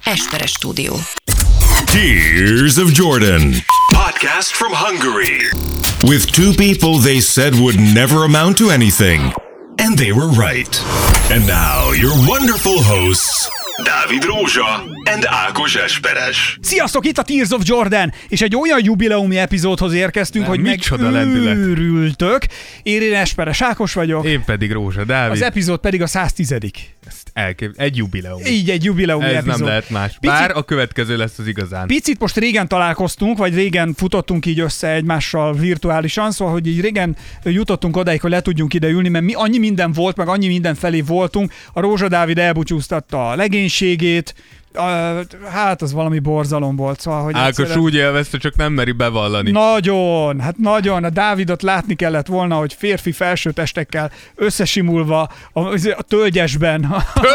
Esperes Stúdió. Tears of Jordan. Podcast from Hungary. With two people they said would never amount to anything. And they were right. And now your wonderful hosts, Dávid Rózsa and Ákos Esperes. Sziasztok, itt a Tears of Jordan, és egy olyan jubileumi epizódhoz érkeztünk, hogy megőrültök. Én Esperes Ákos vagyok. Én pedig Rózsa Dávid. Az epizód pedig a 110. Egy jubileum. Így, egy jubileumi epizód. Ez nem lehet más. Bár a következő lesz az igazán. Picit most régen találkoztunk, vagy régen futottunk így össze egymással virtuálisan, szóval, hogy így régen jutottunk odáig, hogy le tudjunk ide ülni, mert annyi minden volt, meg annyi minden felé voltunk. A Rózsa Dávid elbúcsúztatta a legénységét, hát az valami borzalom volt. Szóval, hogy Ákos egyszerűen... úgy élvezte, csak nem meri bevallani. Nagyon. A Dávidot látni kellett volna, hogy férfi felsőtestekkel összesimulva a tölgyesben.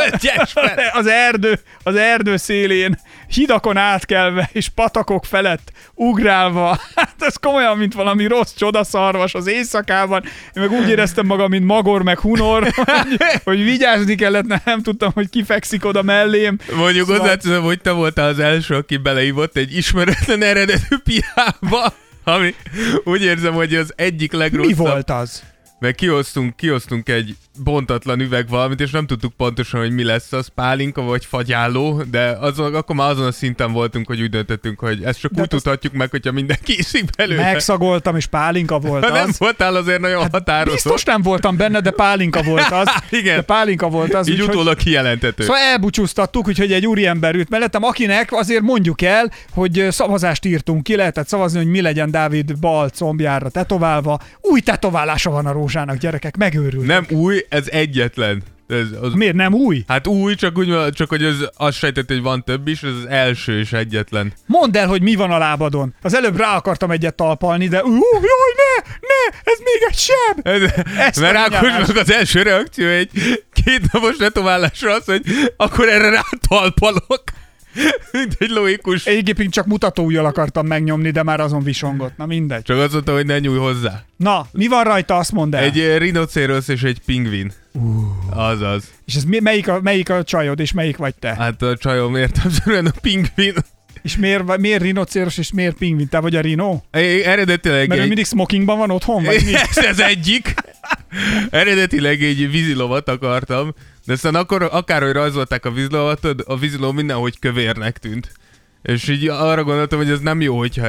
Az erdő szélén, hidakon átkelve és patakok felett ugrálva. Hát ez komolyan, mint valami rossz csodaszarvas az éjszakában. Én meg úgy éreztem magam, mint Magor meg Hunor, hogy vigyázni kellett, nem tudtam, hogy kifekszik oda mellém. Mondjuk hozzáteszem, hogy te voltál az első, aki beleívott egy ismeretlen eredetű piába, ami úgy érzem, hogy az egyik legrosszabb. Mi volt az? Mert kiosztunk egy bontatlan üveg valamit, és nem tudtuk pontosan, hogy mi lesz az, pálinka vagy fagyálló, de akkor már azon a szinten voltunk, hogy úgy döntöttünk, hogy ezt csak úgy tudhatjuk meg, hogyha mindenki iszik belőle. Megszagoltam, és pálinka volt az. Nem voltál azért nagyon határozott. Biztos nem voltam benne, de pálinka volt az. Igen. De pálinka volt az. Így utólag kijelentető. Szóval elbúcsúztattuk, úgyhogy egy úriember ült mellettem, akinek azért mondjuk el, hogy szavazást írtunk ki, lehetett szavazni, hogy mi legyen Dávid bal combjára tetoválva. Új tetoválása van a Rózsának, gyerekek, megőrültek. Nem új, ez egyetlen. Miért nem új? Hát új, csak hogy azt sejtett, hogy van több is, ez az első és egyetlen. Mondd el, hogy mi van a lábadon. Az előbb rá akartam egyet talpalni, de jaj, ne, ez még egy seb. Mert Ákosnak az első reakció egy 2 napos tetoválásra az, hogy akkor erre rátalpalok. Mint egy logikus. Egyébként csak mutatóujjal akartam megnyomni, de már azon visongott. Na mindegy. Csak azt mondta, hogy ne nyújj hozzá. Na, mi van rajta, azt mondd el. Egy rinocérosz és egy pingvin. Azaz. És ez melyik a csajod, és melyik vagy te? Hát a csajom értelemszerűen a pingvin. És miért rinocéros, és miért pingvin? Te vagy a rino? Eredetileg mert ő mindig smokingban van otthon, vagy mi? Ez egyik. Eredetileg egy vízilovat akartam, de aztán akárhogy rajzolták a vízilovat, a víziló mindenhogy kövérnek tűnt. És így arra gondoltam, hogy ez nem jó, hogyha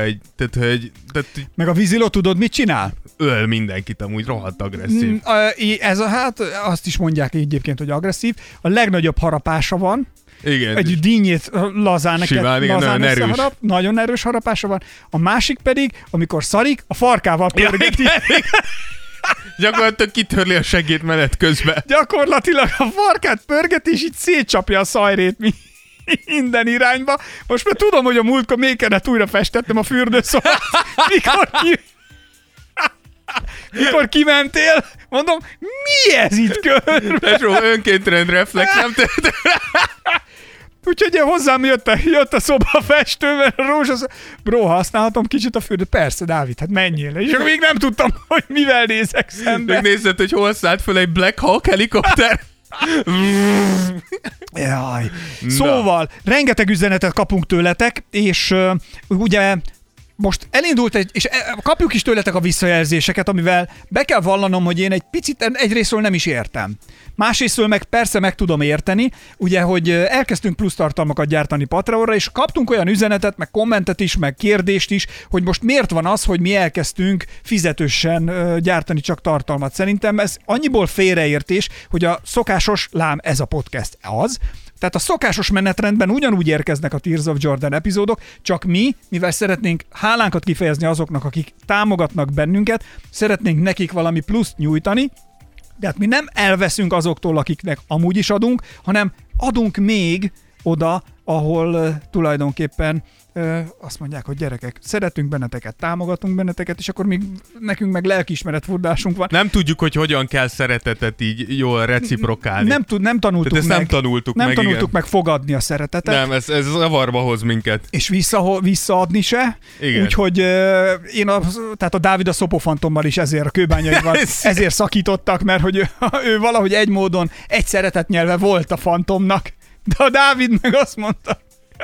Meg a víziló tudod, mit csinál? Öl mindenkit, amúgy rohadt agresszív. Hát azt is mondják egyébként, hogy agresszív. A legnagyobb harapása van. Igen. Egy dínyét lazán nagyon erős. Nagyon erős harapása van. A másik pedig, amikor szarik, a farkával pörgeti. Gyakorlatilag kitörli a segét menet közben. Gyakorlatilag a farkát pörgeti, és így szétcsapja a szajrét minden irányba. Most már tudom, hogy a múltkor mékenet újra festettem a fürdőszobát. Mikor kimentél, mondom, mi ez itt körbe? Tesó, önkéntrend reflex, nem tett. Úgyhogy hozzám jött a szobafestő, mert a Rózsa bro, használhatom kicsit a fürdőt? Persze, Dávid, hát menjél. És akkor még nem tudtam, hogy mivel nézek szembe. Megnézed, hogy hol szállt föl egy Black Hawk helikopter. Jaj. Szóval, rengeteg üzenetet kapunk tőletek, és ugye most elindult és kapjuk is tőletek a visszajelzéseket, amivel be kell vallanom, hogy én egy picit egyrészről nem is értem. Másrészről meg persze meg tudom érteni, ugye, hogy elkezdtünk plusz tartalmakat gyártani Patreonra, és kaptunk olyan üzenetet, meg kommentet is, meg kérdést is, hogy most miért van az, hogy mi elkezdtünk fizetősen gyártani csak tartalmat. Szerintem ez annyiból félreértés, hogy a szokásos, lám ez a podcast az, tehát a szokásos menetrendben ugyanúgy érkeznek a Tears of Jordan epizódok, csak mi, mivel szeretnénk hálánkat kifejezni azoknak, akik támogatnak bennünket, szeretnénk nekik valami pluszt nyújtani, de hát mi nem elveszünk azoktól, akiknek amúgy is adunk, hanem adunk még oda, ahol tulajdonképpen azt mondják, hogy gyerekek, szeretünk benneteket, támogatunk benneteket, és akkor még nekünk meg lelkiismeretfurdásunk van. Nem tudjuk, hogy hogyan kell szeretetet így jól reciprokálni. Nem tanultuk meg. Nem tanultuk meg fogadni a szeretetet. Nem, ez zavarba hoz minket. És visszaadni se. Igen. Úgyhogy tehát a Dávid a szopofantommal is ezért a kőbányaival ezért szakítottak, mert hogy ő valahogy egy módon egy szeretetnyelve volt a fantomnak. De a Dávid meg azt mondta,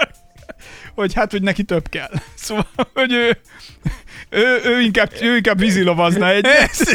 hogy neki több kell. Szóval, hogy ő inkább vízilovazna egyet.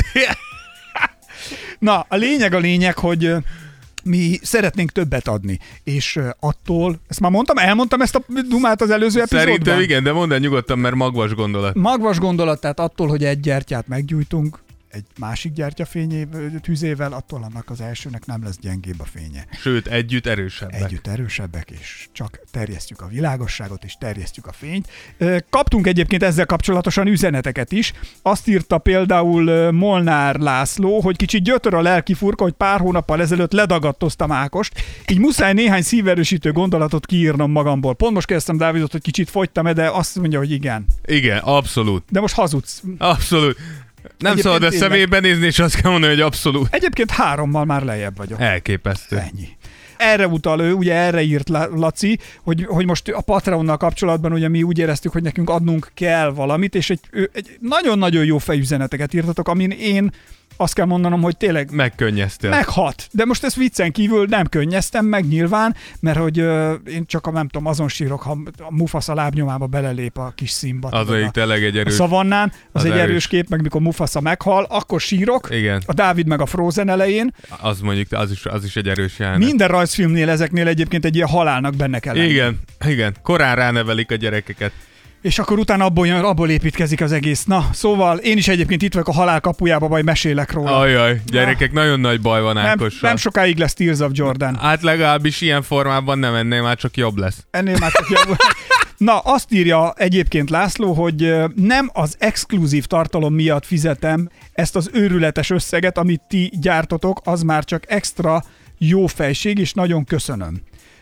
Na, a lényeg, hogy mi szeretnénk többet adni, és attól, ezt már elmondtam ezt a dumát az előző epizódban? Szerintem igen, de mondd el nyugodtan, mert magvas gondolat. Magvas gondolat, tehát attól, hogy egy gyertyát meggyújtunk, egy másik gyertya tüzével, attól annak az elsőnek nem lesz gyengébb a fénye. Sőt, együtt erősebbek. Együtt erősebbek, és csak terjesztjük a világosságot, és terjesztjük a fényt. Kaptunk egyébként ezzel kapcsolatosan üzeneteket is. Azt írta például Molnár László, hogy kicsit gyötör a lelki furka, hogy pár hónappal ezelőtt ledagadtoztam Ákost, így muszáj néhány szíverősítő gondolatot kiírnom magamból. Pont most kérdeztem Dávidot, hogy kicsit fogytam-e, de azt mondja, hogy igen. Igen, abszolút. De most hazudsz. Abszolút. Nem szabad a szemébe nézni, és azt kell mondani, hogy abszolút. Egyébként 3-mal már lejjebb vagyok. Elképesztő. Ennyi. Erre utal ő, ugye erre írt Laci, hogy most a Patreonnal kapcsolatban ugye mi úgy éreztük, hogy nekünk adnunk kell valamit, és egy nagyon-nagyon jó fejüzeneteket írtatok, amin én azt kell mondanom, hogy tényleg megkönnyeztél. Meghat. De most ezt viccen kívül nem könnyeztem meg nyilván, mert hogy én csak nem tudom, azon sírok, ha a Mufasa lábnyomába belelép a kis Simba. Az egy tényleg egy erős. A szavannán, az egy erős kép, meg mikor Mufasa meghal, akkor sírok. Igen. A Dávid meg a Frozen elején. Az mondjuk, az is egy erős jelenet. Minden rajzfilmnél ezeknél egyébként egy ilyen halálnak benne kell lenni. Igen. Korán ránevelik a gyerekeket. És akkor utána abból építkezik az egész. Na, szóval én is egyébként itt vagyok a halál kapujába, majd mesélek róla. Ajaj, gyerekek, nagyon nagy baj van Ákossal. Nem sokáig lesz Tears of Jordan. Hát legalábbis ilyen formában nem, ennél már csak jobb lesz. Ennél már csak jobb. Na, azt írja egyébként László, hogy nem az exkluzív tartalom miatt fizetem ezt az őrületes összeget, amit ti gyártotok, az már csak extra jó fejség, és nagyon köszönöm.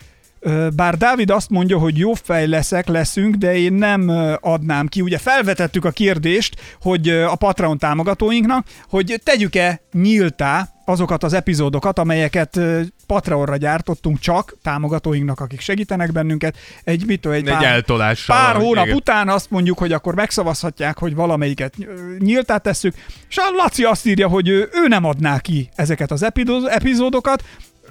Bár Dávid azt mondja, hogy jó fej leszünk, de én nem adnám ki. Ugye felvetettük a kérdést, hogy a Patreon támogatóinknak, hogy tegyük-e nyíltá azokat az epizódokat, amelyeket Patreonra gyártottunk csak támogatóinknak, akik segítenek bennünket. Egy pár hónap után azt mondjuk, hogy akkor megszavazhatják, hogy valamelyiket nyíltá tesszük, és a Laci azt írja, hogy ő nem adná ki ezeket az epizódokat.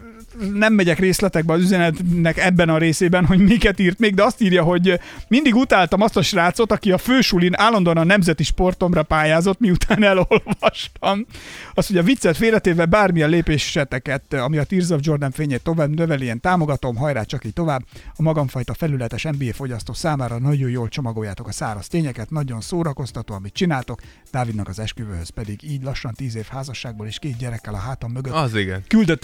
Nem megyek részletekbe az üzenetnek ebben a részében, hogy miket írt még, de azt írja, hogy mindig utáltam azt a srácot, aki a fősulin állandóan a nemzeti sportomra pályázott, miután elolvastam. Azt, hogy a viccet félretéve bármilyen lépéseteket, ami a Tears of Jordan fényét tovább növeli, ilyen támogatom, hajrá, csak így tovább. A magamfajta felületes NBA fogyasztó számára nagyon jól csomagoljátok a száraz tényeket, nagyon szórakoztató, amit csináltok. Dávidnak az esküvőhöz pedig így lassan 10 év házasságból és 2 gyerekkel a hátam mögött. Az igen. Küldött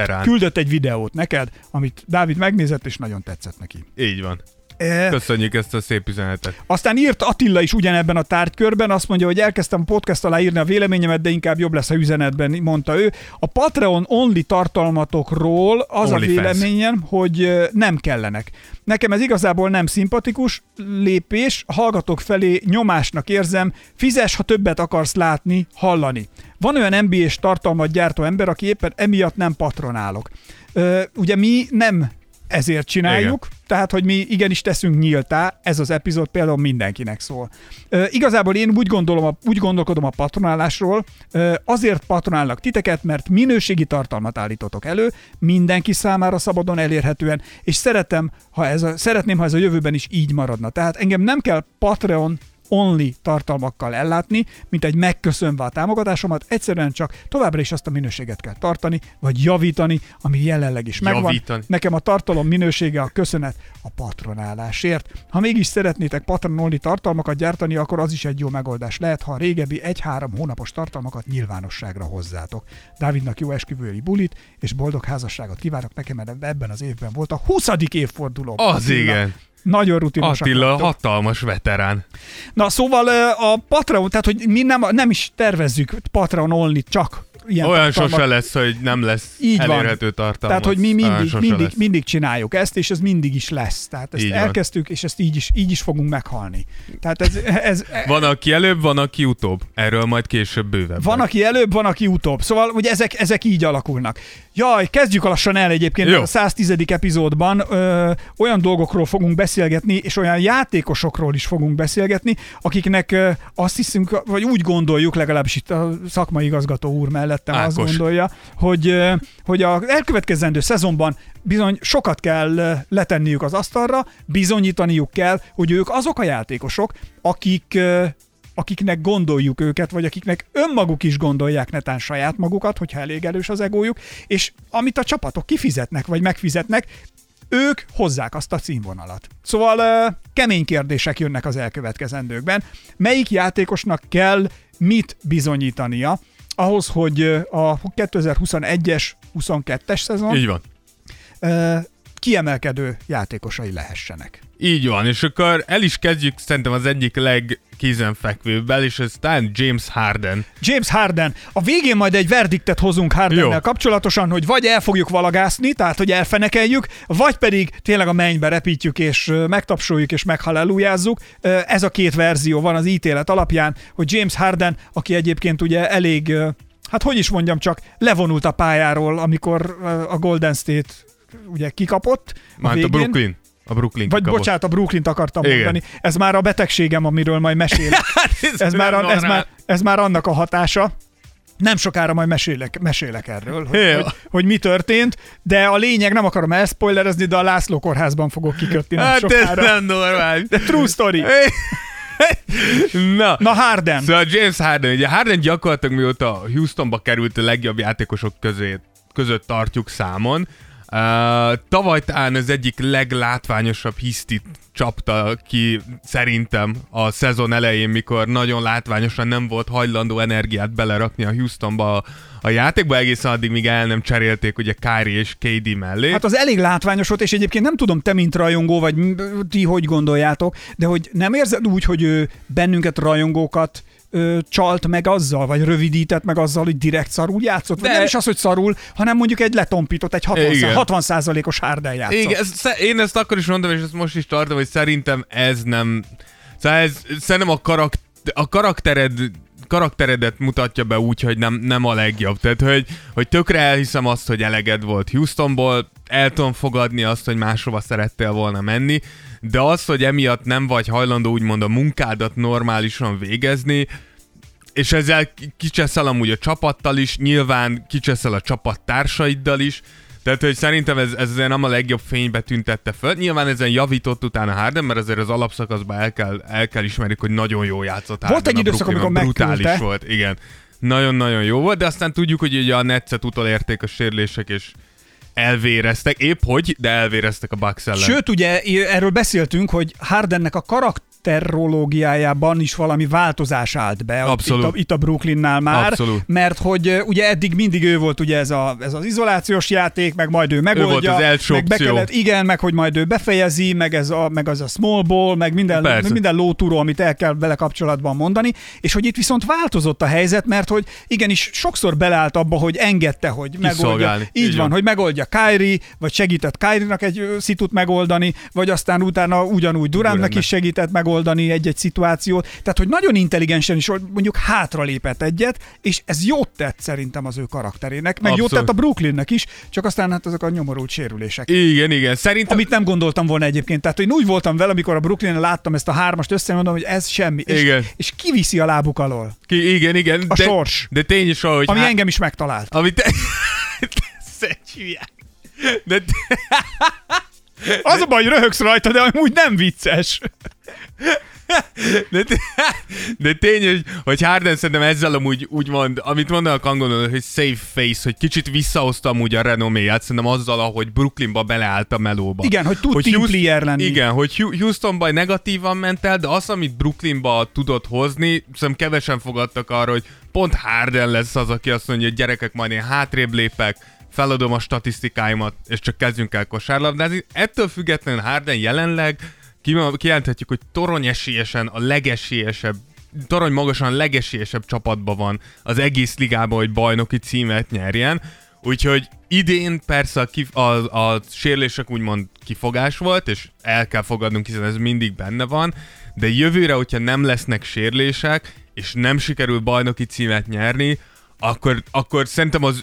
egy videót neked, amit Dávid megnézett, és nagyon tetszett neki. Így van. Köszönjük ezt a szép üzenetet. Aztán írt Attila is ugyanebben a tárgykörben, azt mondja, hogy elkezdtem a podcast alá írni a véleményemet, de inkább jobb lesz a üzenetben, mondta ő. A Patreon only tartalmatokról az a véleményem, hogy nem kellenek. Nekem ez igazából nem szimpatikus lépés, a hallgatók felé nyomásnak érzem, fizess, ha többet akarsz látni, hallani. Van olyan NBA-s tartalmat gyártó ember, aki éppen emiatt nem patronálok. Ugye mi nem ezért csináljuk, igen. Tehát, hogy mi igenis teszünk nyíltá, ez az epizód például mindenkinek szól. Igazából én úgy gondolkodom a patronálásról, azért patronálnak titeket, mert minőségi tartalmat állítotok elő, mindenki számára szabadon elérhetően, és szeretném, ha ez a jövőben is így maradna. Tehát engem nem kell Patreon only tartalmakkal ellátni, mint egy megköszönve a támogatásomat, egyszerűen csak továbbra is azt a minőséget kell tartani, vagy javítani, ami jelenleg is megvan. Nekem a tartalom minősége a köszönet a patronálásért. Ha mégis szeretnétek Patreon only tartalmakat gyártani, akkor az is egy jó megoldás lehet, ha a régebbi 1-3 hónapos tartalmakat nyilvánosságra hozzátok. Dávidnak jó esküvői bulit, és boldog házasságot kívánok nekem, mert ebben az évben volt a 20. évforduló. Az igen. Nagyon rutinosak. Attila hatalmas veterán. Na szóval a Patreon, tehát hogy mi nem is tervezzük Patreon only csak ilyen olyan tartalmat. Sose lesz, hogy nem lesz így elérhető tartalmat. Tehát, hogy mi mindig csináljuk ezt, és ez mindig is lesz. Tehát ezt elkezdtük, és ezt így is fogunk meghalni. Tehát ez van, aki előbb, van, aki utóbb. Erről majd később bővebben. Van, aki előbb, van, aki utóbb. Szóval ugye ezek így alakulnak. Jaj, kezdjük lassan el egyébként, mert a 110. epizódban olyan dolgokról fogunk beszélgetni, és olyan játékosokról is fogunk beszélgetni, akiknek azt hiszünk, vagy úgy gondoljuk, legalábbis itt a szakmai igazgató úr mellettem Ákos azt gondolja, hogy az elkövetkezendő szezonban bizony sokat kell letenniük az asztalra, bizonyítaniuk kell, hogy ők azok a játékosok, akiknek gondoljuk őket, vagy akiknek önmaguk is gondolják netán saját magukat, hogyha elég erős az egójuk, és amit a csapatok kifizetnek, vagy megfizetnek, ők hozzák azt a színvonalat. Szóval kemény kérdések jönnek az elkövetkezendőkben. Melyik játékosnak kell mit bizonyítania ahhoz, hogy a 2021-es, 22-es szezon így van. Kiemelkedő játékosai lehessenek. Így van, és akkor el is kezdjük szerintem az egyik legkézenfekvőbbel, és ez talán James Harden. James Harden. A végén majd egy verdiktet hozunk Hardennel kapcsolatosan, hogy vagy el fogjuk valagászni, tehát hogy elfenekeljük, vagy pedig tényleg a mennybe repítjük, és megtapsoljuk, és meghallelujázzuk. Ez a két verzió van az ítélet alapján, hogy James Harden, aki egyébként ugye elég, hát hogy is mondjam csak, levonult a pályáról, amikor a Golden State ugye kikapott. Már a Brooklyn vagy kikapott. Bocsánat, a Brooklynt akartam mondani. Ez már a betegségem, amiről majd mesélek. ez már annak a hatása. Nem sokára majd mesélek erről, hogy mi történt, de a lényeg, nem akarom elszpoilerezni, de a László kórházban fogok kikötni nem sokára. Hát ez nem normális. De true story. Na Harden. Szóval James Harden, ugye Harden gyakorlatilag mióta Houstonba került a legjobb játékosok között tartjuk számon. Tavaly talán az egyik leglátványosabb hisztit csapta ki szerintem a szezon elején, mikor nagyon látványosan nem volt hajlandó energiát belerakni a Houstonba a játékba, egészen addig, míg el nem cserélték ugye Kyrie és KD mellé. Hát az elég látványos volt, és egyébként nem tudom, te mint rajongó, vagy ti hogy gondoljátok, de hogy nem érzed úgy, hogy ő bennünket rajongókat csalt meg azzal, vagy rövidített meg azzal, hogy direkt szarul játszott? Vagy nem is az, hogy szarul, hanem mondjuk egy letompított, egy 60%-os Harden játszott. Igen, én ezt akkor is mondtam, és ezt most is tartom, hogy szerintem ez nem... Szóval ez szerintem a karakteredet mutatja be úgy, hogy nem a legjobb. Tehát, hogy tökre elhiszem azt, hogy eleged volt Houstonból, el tudom fogadni azt, hogy máshova szerettél volna menni, de az, hogy emiatt nem vagy hajlandó úgymond a munkádat normálisan végezni, és ezzel kicseszel amúgy a csapattal is, nyilván kicseszel a csapattársaidal is, tehát, hogy szerintem ez azért nem a legjobb fénybe tüntette föl. Nyilván ezen javított utána Harden, mert azért az alapszakaszban el kell ismerjük, hogy nagyon jól játszott Harden. Volt egy időszak, amikor brutális volt, igen. Nagyon-nagyon jó volt, de aztán tudjuk, hogy ugye a Netszet utolérték a sérülések, és elvéreztek, épp hogy, de elvéreztek a Bucks ellen. Sőt, ugye erről beszéltünk, hogy Hardennek a karakterológiájában is valami változás állt be. Itt a Brooklynnál már. Abszolút. Mert hogy ugye eddig mindig ő volt ugye ez az izolációs játék, meg majd ő megoldja. Ő volt az első opció. Meg hogy majd ő befejezi, meg az a small ball, meg minden lótúró, amit el kell vele kapcsolatban mondani, és hogy itt viszont változott a helyzet, mert hogy igenis sokszor beleállt abba, hogy engedte, hogy megoldja. Így van, hogy megoldja Kyrie, vagy segített Kyrie-nak egy szitut megoldani, vagy aztán utána ugyanúgy Durantnak is segített megoldani egy-egy szituációt. Tehát, hogy nagyon intelligensen is mondjuk hátralépett egyet, és ez jót tett szerintem az ő karakterének, meg jót tett a Brooklynnek is, csak aztán hát ezek a nyomorult sérülések. Igen. Szerintem... Amit nem gondoltam volna egyébként. Tehát, hogy úgy voltam vele, amikor a Brooklynnen láttam ezt a hármast összemondom, hogy ez semmi. És kiviszi a lábuk alól. Igen. A sors. De tény is, hogy... Ami engem is megtalált. Az a baj, hogy röhögsz rajta, de amúgy nem vicces. De tény, hogy Harden szerintem ezzel amúgy úgymond, amit mondanak angolul, hogy save face, hogy kicsit visszahozta amúgy a renoméját, szerintem azzal, ahogy Brooklynba beleállt a melóba. Igen, hogy tud team player lenni. Igen, hogy Houstonban negatívan ment el, de azt, amit Brooklynba tudott hozni, szerintem kevesen fogadtak arra, hogy pont Harden lesz az, aki azt mondja, hogy gyerekek, majd én hátrébb lépek, feladom a statisztikáimat, és csak kezdjünk el kosárlabdázni. Ettől függetlenül Harden jelenleg kijelenthetjük, hogy torony magasan legesélyesebb csapatban van az egész ligában, hogy bajnoki címet nyerjen. Úgyhogy idén persze a sérülések úgymond kifogás volt, és el kell fogadnunk, hiszen ez mindig benne van, de jövőre, hogyha nem lesznek sérülések, és nem sikerül bajnoki címet nyerni, akkor szerintem az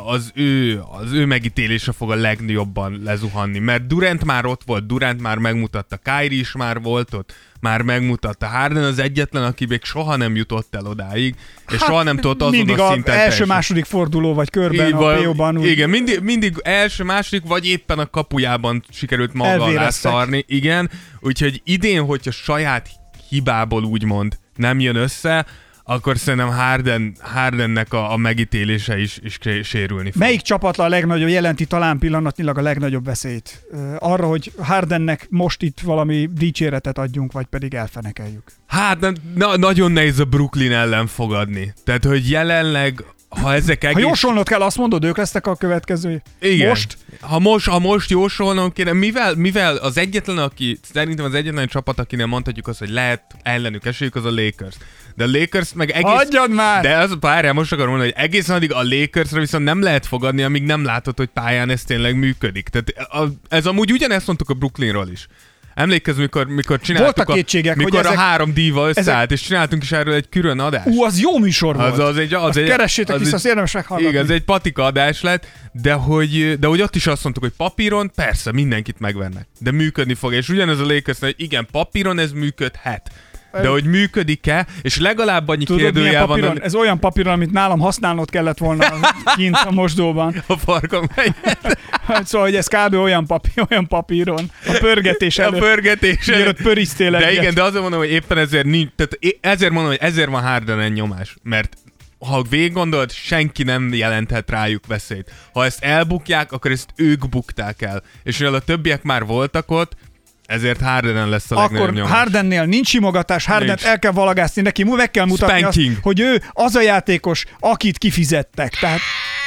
ő megítélése fog a legjobban lezuhanni, mert Durant már ott volt, Durant már megmutatta, Kyrie is már volt ott, már megmutatta. Harden az egyetlen, aki még soha nem jutott el odáig, és soha nem tudott azon mindig a szinten első-második forduló vagy körben a PO-ban. Igen, mindig első-második, vagy éppen a kapujában sikerült maga alá szarni. Igen, úgyhogy idén, hogyha saját hibából úgymond nem jön össze, akkor szerintem Hardennek a megítélése is sérülni fog. Melyik csapatla a legnagyobb, jelenti talán pillanatnyilag a legnagyobb veszélyt? Arra, hogy Hardennek most itt valami dicséretet adjunk, vagy pedig elfenekeljük? Hát nagyon nehéz a Brooklyn ellen fogadni. Tehát, hogy jelenleg, ha ezek egész... Ha jósolnod kell, azt mondod, ők lesznek a következő. Igen. Most? Ha most jósolnom kéne, mivel az egyetlen, aki, szerintem az egyetlen csapat, akinek mondhatjuk azt, hogy lehet ellenük esélyük, az a Lakers. De a Lakers meg egész... Hagyjad már! De az párján most akarom mondani, hogy egészen addig a Lakersre viszont nem lehet fogadni, amíg nem látod, hogy pályán ez tényleg működik. Tehát ez amúgy ugyanezt mondtuk a Brooklynról is. Emlékezz, mikor csináltuk mikor a három díva összeállt, és csináltunk is erről egy külön adást. Az jó műsor volt. Keressétek vissza, az érdemes meghallgatni. Igen, ez egy patika adás lett, de hogy ott is azt mondtuk, hogy papíron persze mindenkit megvennek, de működni fog. És ugyanez a Lakers, hogy igen, papíron ez működhet. De hogy működik-e, és legalább annyi kérdőjel van... Ez olyan papíron, amit nálam használnod kellett volna kint a mosdóban. A farkam helyett. Szóval, hogy ez kb. olyan papíron. A pörgetés előtt. A pörgetés előtt pörisztél egyet. De igen, de azért mondom, hogy éppen ezért nincs... Tehát ezért mondom, hogy ezért van Hardenen nyomás. Mert ha végig gondolod, senki nem jelenthet rájuk veszélyt. Ha ezt elbukják, akkor ezt ők bukták el. És mivel a többiek már voltak ott, ezért Hardenen lesz a legnagyobb nyomás. Akkor Hardennél nincs simogatás, Hardent el kell valagászni neki, meg kell mutatni azt, hogy ő az a játékos, akit kifizettek. Tehát...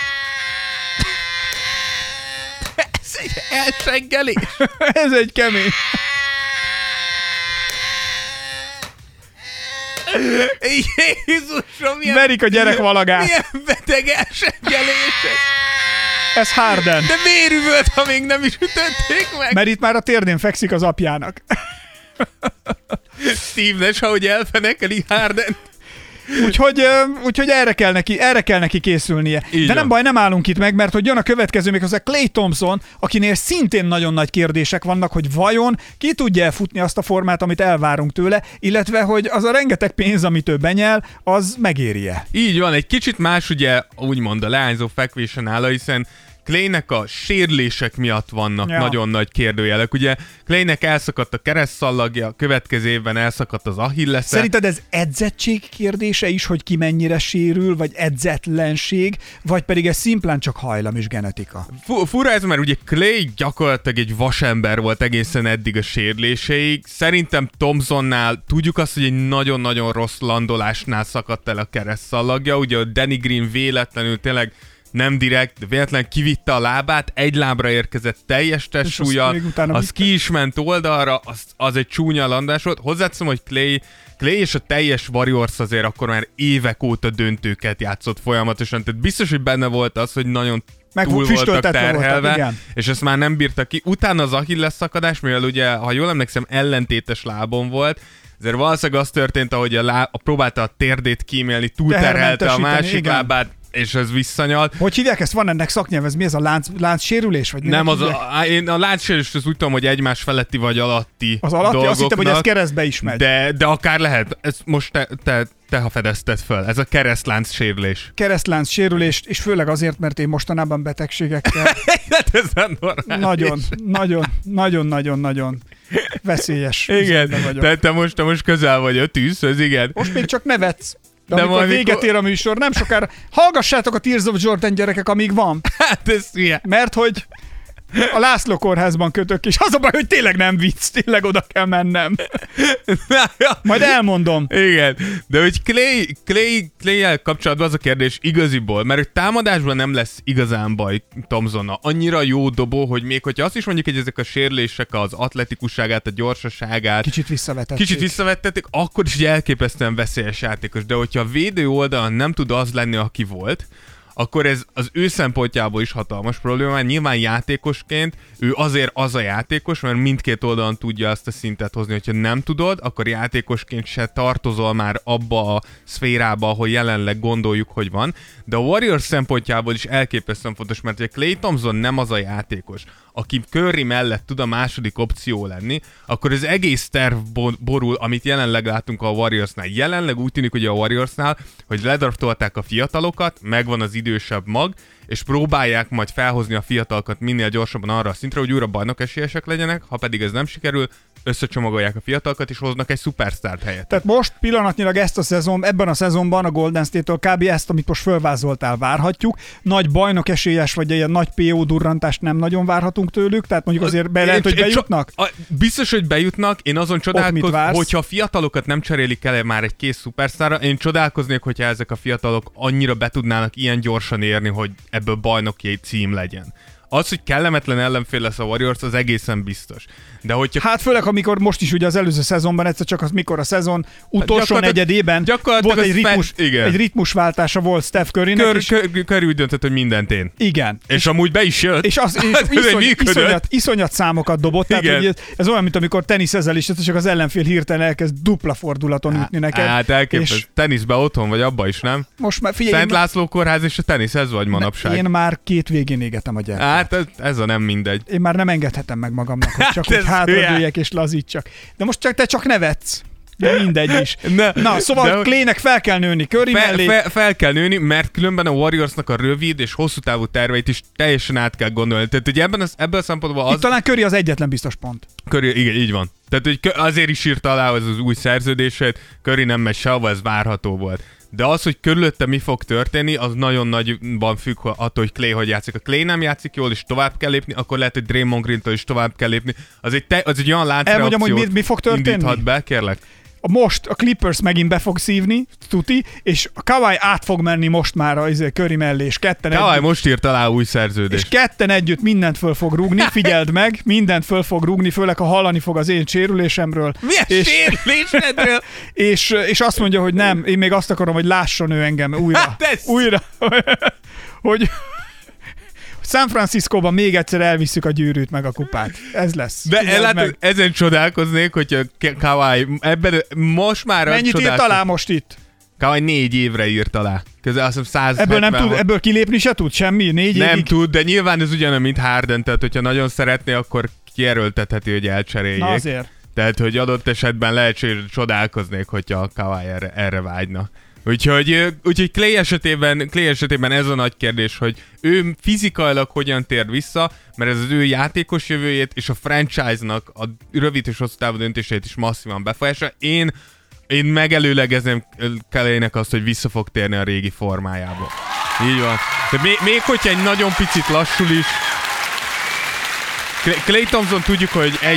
Ez egy elcsengelés. Ez egy kemény. Jézusom, milyen... Verik a gyerek valagát. Milyen beteg elcsengelések. Ez Harden. De miért üvölt, ha még nem is ütötték meg? Mert itt már a térdén fekszik az apjának. Steve Nash, ahogy elfenekeli Harden. Úgyhogy erre kell neki készülnie. Így de van. nem baj, nem állunk itt meg, mert hogy jön a következő, méghozzá Klay Thompson, akinél szintén nagyon nagy kérdések vannak, hogy vajon ki tudja elfutni azt a formát, amit elvárunk tőle, illetve hogy az a rengeteg pénz, amit ő benyel, az megéri-e. Így van, egy kicsit más ugye úgymond a leányzó fekvésen áll, hiszen Claynek a sérülések miatt vannak nagyon nagy kérdőjelek. Ugye Claynek elszakadt a keresztszallagja, következő évben elszakadt az Achillesze. Szerinted ez edzettség kérdése is, hogy ki mennyire sérül, vagy edzetlenség, vagy pedig ez szimplán csak hajlam és genetika? Fura ez, mert ugye Clay gyakorlatilag egy vasember volt egészen eddig a sérüléseig. Szerintem Thompsonnál tudjuk azt, hogy egy nagyon-nagyon rossz landolásnál szakadt el a keresztszallagja. Ugye a Danny Green véletlenül tényleg nem direkt, de véletlenül kivitte a lábát, egy lábra érkezett teljes testsúllyal, az ki is ment oldalra, az egy csúnya landás volt. Hozzáteszem, hogy Clay és a teljes Warriors azért akkor már évek óta döntőket játszott folyamatosan, tehát biztos, hogy benne volt az, hogy nagyon túl voltak terhelve, és ezt már nem bírta ki. Utána az Achilles szakadás, mivel ugye, ha jól emlékszem, ellentétes lábon volt, ezért valószínűleg az történt, ahogy próbálta a térdét kímélni, túlterhelte a másik lábát, és ez visszanyalt. Hogy hívják ezt? Van ennek szaknyelv, ez mi ez a láncssérülés? Vagy nem, én a láncssérülést az úgy tudom, hogy egymás feletti vagy alatti az alatti, dolgoknak, azt hittem, hogy ez keresztbe is megy. De akár lehet. Ez most te ha fedezted föl. Ez a keresztlánc sérülés. Keresztlánc sérülés, és főleg azért, mert én mostanában betegségekkel ez nagyon veszélyes. Igen, te most közel vagy a tűzhöz, igen. Most még csak nevetsz. De amikor véget ér a műsor, nem sokára hallgassátok a Tears of Jordan, gyerekek, amíg van. Hát ez ilyen. Mert hogy a László kórházban kötök, és az a baj, hogy tényleg nem vicc, tényleg oda kell mennem. Majd elmondom. Igen, de hogy Clay-jel kapcsolatban az a kérdés igaziból, mert támadásban nem lesz igazán baj Thompsonnal. Annyira jó dobó, hogy még hogyha azt is mondjuk, hogy ezek a sérülések az atletikusságát, a gyorsaságát kicsit visszavettették, akkor is egy elképesztően veszélyes játékos. De hogyha a védő oldalon nem tud az lenni, aki volt, akkor ez az ő szempontjából is hatalmas probléma, mert nyilván játékosként ő azért az a játékos, mert mindkét oldalon tudja azt a szintet hozni, hogyha nem tudod, akkor játékosként se tartozol már abba a szférába, ahol jelenleg gondoljuk, hogy van, de a Warriors szempontjából is elképesztően fontos, mert ugye Klay Thompson nem az a játékos, aki Curry mellett tud a második opció lenni, akkor az egész terv borul, amit jelenleg látunk a Warriorsnál. Jelenleg úgy tűnik, hogy a Warriorsnál, hogy ledraftolták a fiatalokat, megvan az idősebb mag, és próbálják majd felhozni a fiatalokat minél gyorsabban arra a szintre, hogy újra bajnok esélyesek legyenek, ha pedig ez nem sikerül, összecsomagolják a fiatalokat, és hoznak egy szupersztárt helyett. Tehát most pillanatnyilag ebben a szezonban a Golden State-től kb. Ezt, amit most fölvázoltál, várhatjuk. Nagy bajnok esélyes, vagy ilyen nagy PO durrantást nem nagyon várhatunk tőlük, tehát mondjuk azért lehet, hogy bejutnak? Biztos, hogy bejutnak. Én azon csodálkoznék, hogyha a fiatalokat nem cserélik el már egy kész szupersztárra, én csodálkoznék, hogyha ezek a fiatalok annyira be tudnának ilyen gyorsan érni, hogy ebből bajnoki cím legyen. Az, hogy kellemetlen ellenfél lesz a Warriors, az egészen biztos. De hogyha... Hát főleg, amikor most is ugye az előző szezonban egyszer csak az, mikor a szezon utolsó negyedében volt egy ritmusváltása volt Steph Currynek. Curry úgy döntött, hogy mindent én. Igen. És amúgy be is jött. És iszonyat számokat dobott. Tehát, hogy ez olyan, mint amikor teniszezel is, csak az ellenfél hirtelen elkezd dupla fordulaton ütni neked. Hát elképesztő. Teniszbe otthon vagy abba is, nem? Most már figyelj. Szent László kórház és a tenisz, ez vagy manapság. Én már 2 végén égetem a gyereket. Hát ez a nem mindegy. Én már nem engedhetem meg magamnak, hogy csak hogy hátradőjek és lazítsak. De most te csak nevetsz. De mindegy is. Na, szóval Claynek fel kell nőni Curry mellé. Fel kell nőni, mert különben a Warriorsnak a rövid és hosszú távú terveit is teljesen át kell gondolni. Tehát ugye ebből a szempontból az... Itt talán Curry az egyetlen biztos pont. Curry, igen, így van. Tehát hogy azért is írta alá az új szerződését, Curry nem megy sehova, ez várható volt. De az, hogy körülötte mi fog történni, az nagyon nagyban függ attól, hogy Klay hogy játszik. Ha Klay nem játszik jól, és tovább kell lépni, akkor lehet, hogy Draymond Green-től is tovább kell lépni. Az egy olyan láncreakciót hogy mi fog történni? Indíthat be, kérlek. Most a Clippers megint be fog szívni, tuti, és a Kawhi át fog menni most már a Curry mellé, és Kawhi most írt alá új szerződést. És ketten együtt mindent föl fog rúgni, figyeld meg, mindent föl fog rúgni, főleg ha hallani fog az én sérülésemről. Milyen sérülésedről? És azt mondja, hogy nem, én még azt akarom, hogy lásson ő engem újra. Újra. Hogy... San Franciscóban még egyszer elvisszük a gyűrűt meg a kupát. Ez lesz. De ezen csodálkoznék, hogyha Kawhi ebben most már... Mennyit írt alá most itt? Kawhi 4 évre írt alá. Közel azt hiszem 170. Ebből kilépni se tud semmi? 4 nem évig? tud, de nyilván ez ugyanaz, mint Harden, tehát hogyha nagyon szeretné, akkor kijelöltetheti, hogy elcseréljék. Na azért. Tehát, hogy adott esetben lehet, hogy csodálkoznék, hogyha a Kawhi erre vágyna. Úgyhogy Klay esetében ez a nagy kérdés, hogy ő fizikailag hogyan tér vissza, mert ez az ő játékos jövőjét és a franchise-nak a rövid és hosszú távú döntéseit is masszívan befolyásolja. Én megelőlegezem Klaynek azt, hogy vissza fog térni a régi formájába. Így van. De még hogyha egy nagyon picit lassul is. Klay Thompson tudjuk, hogy egy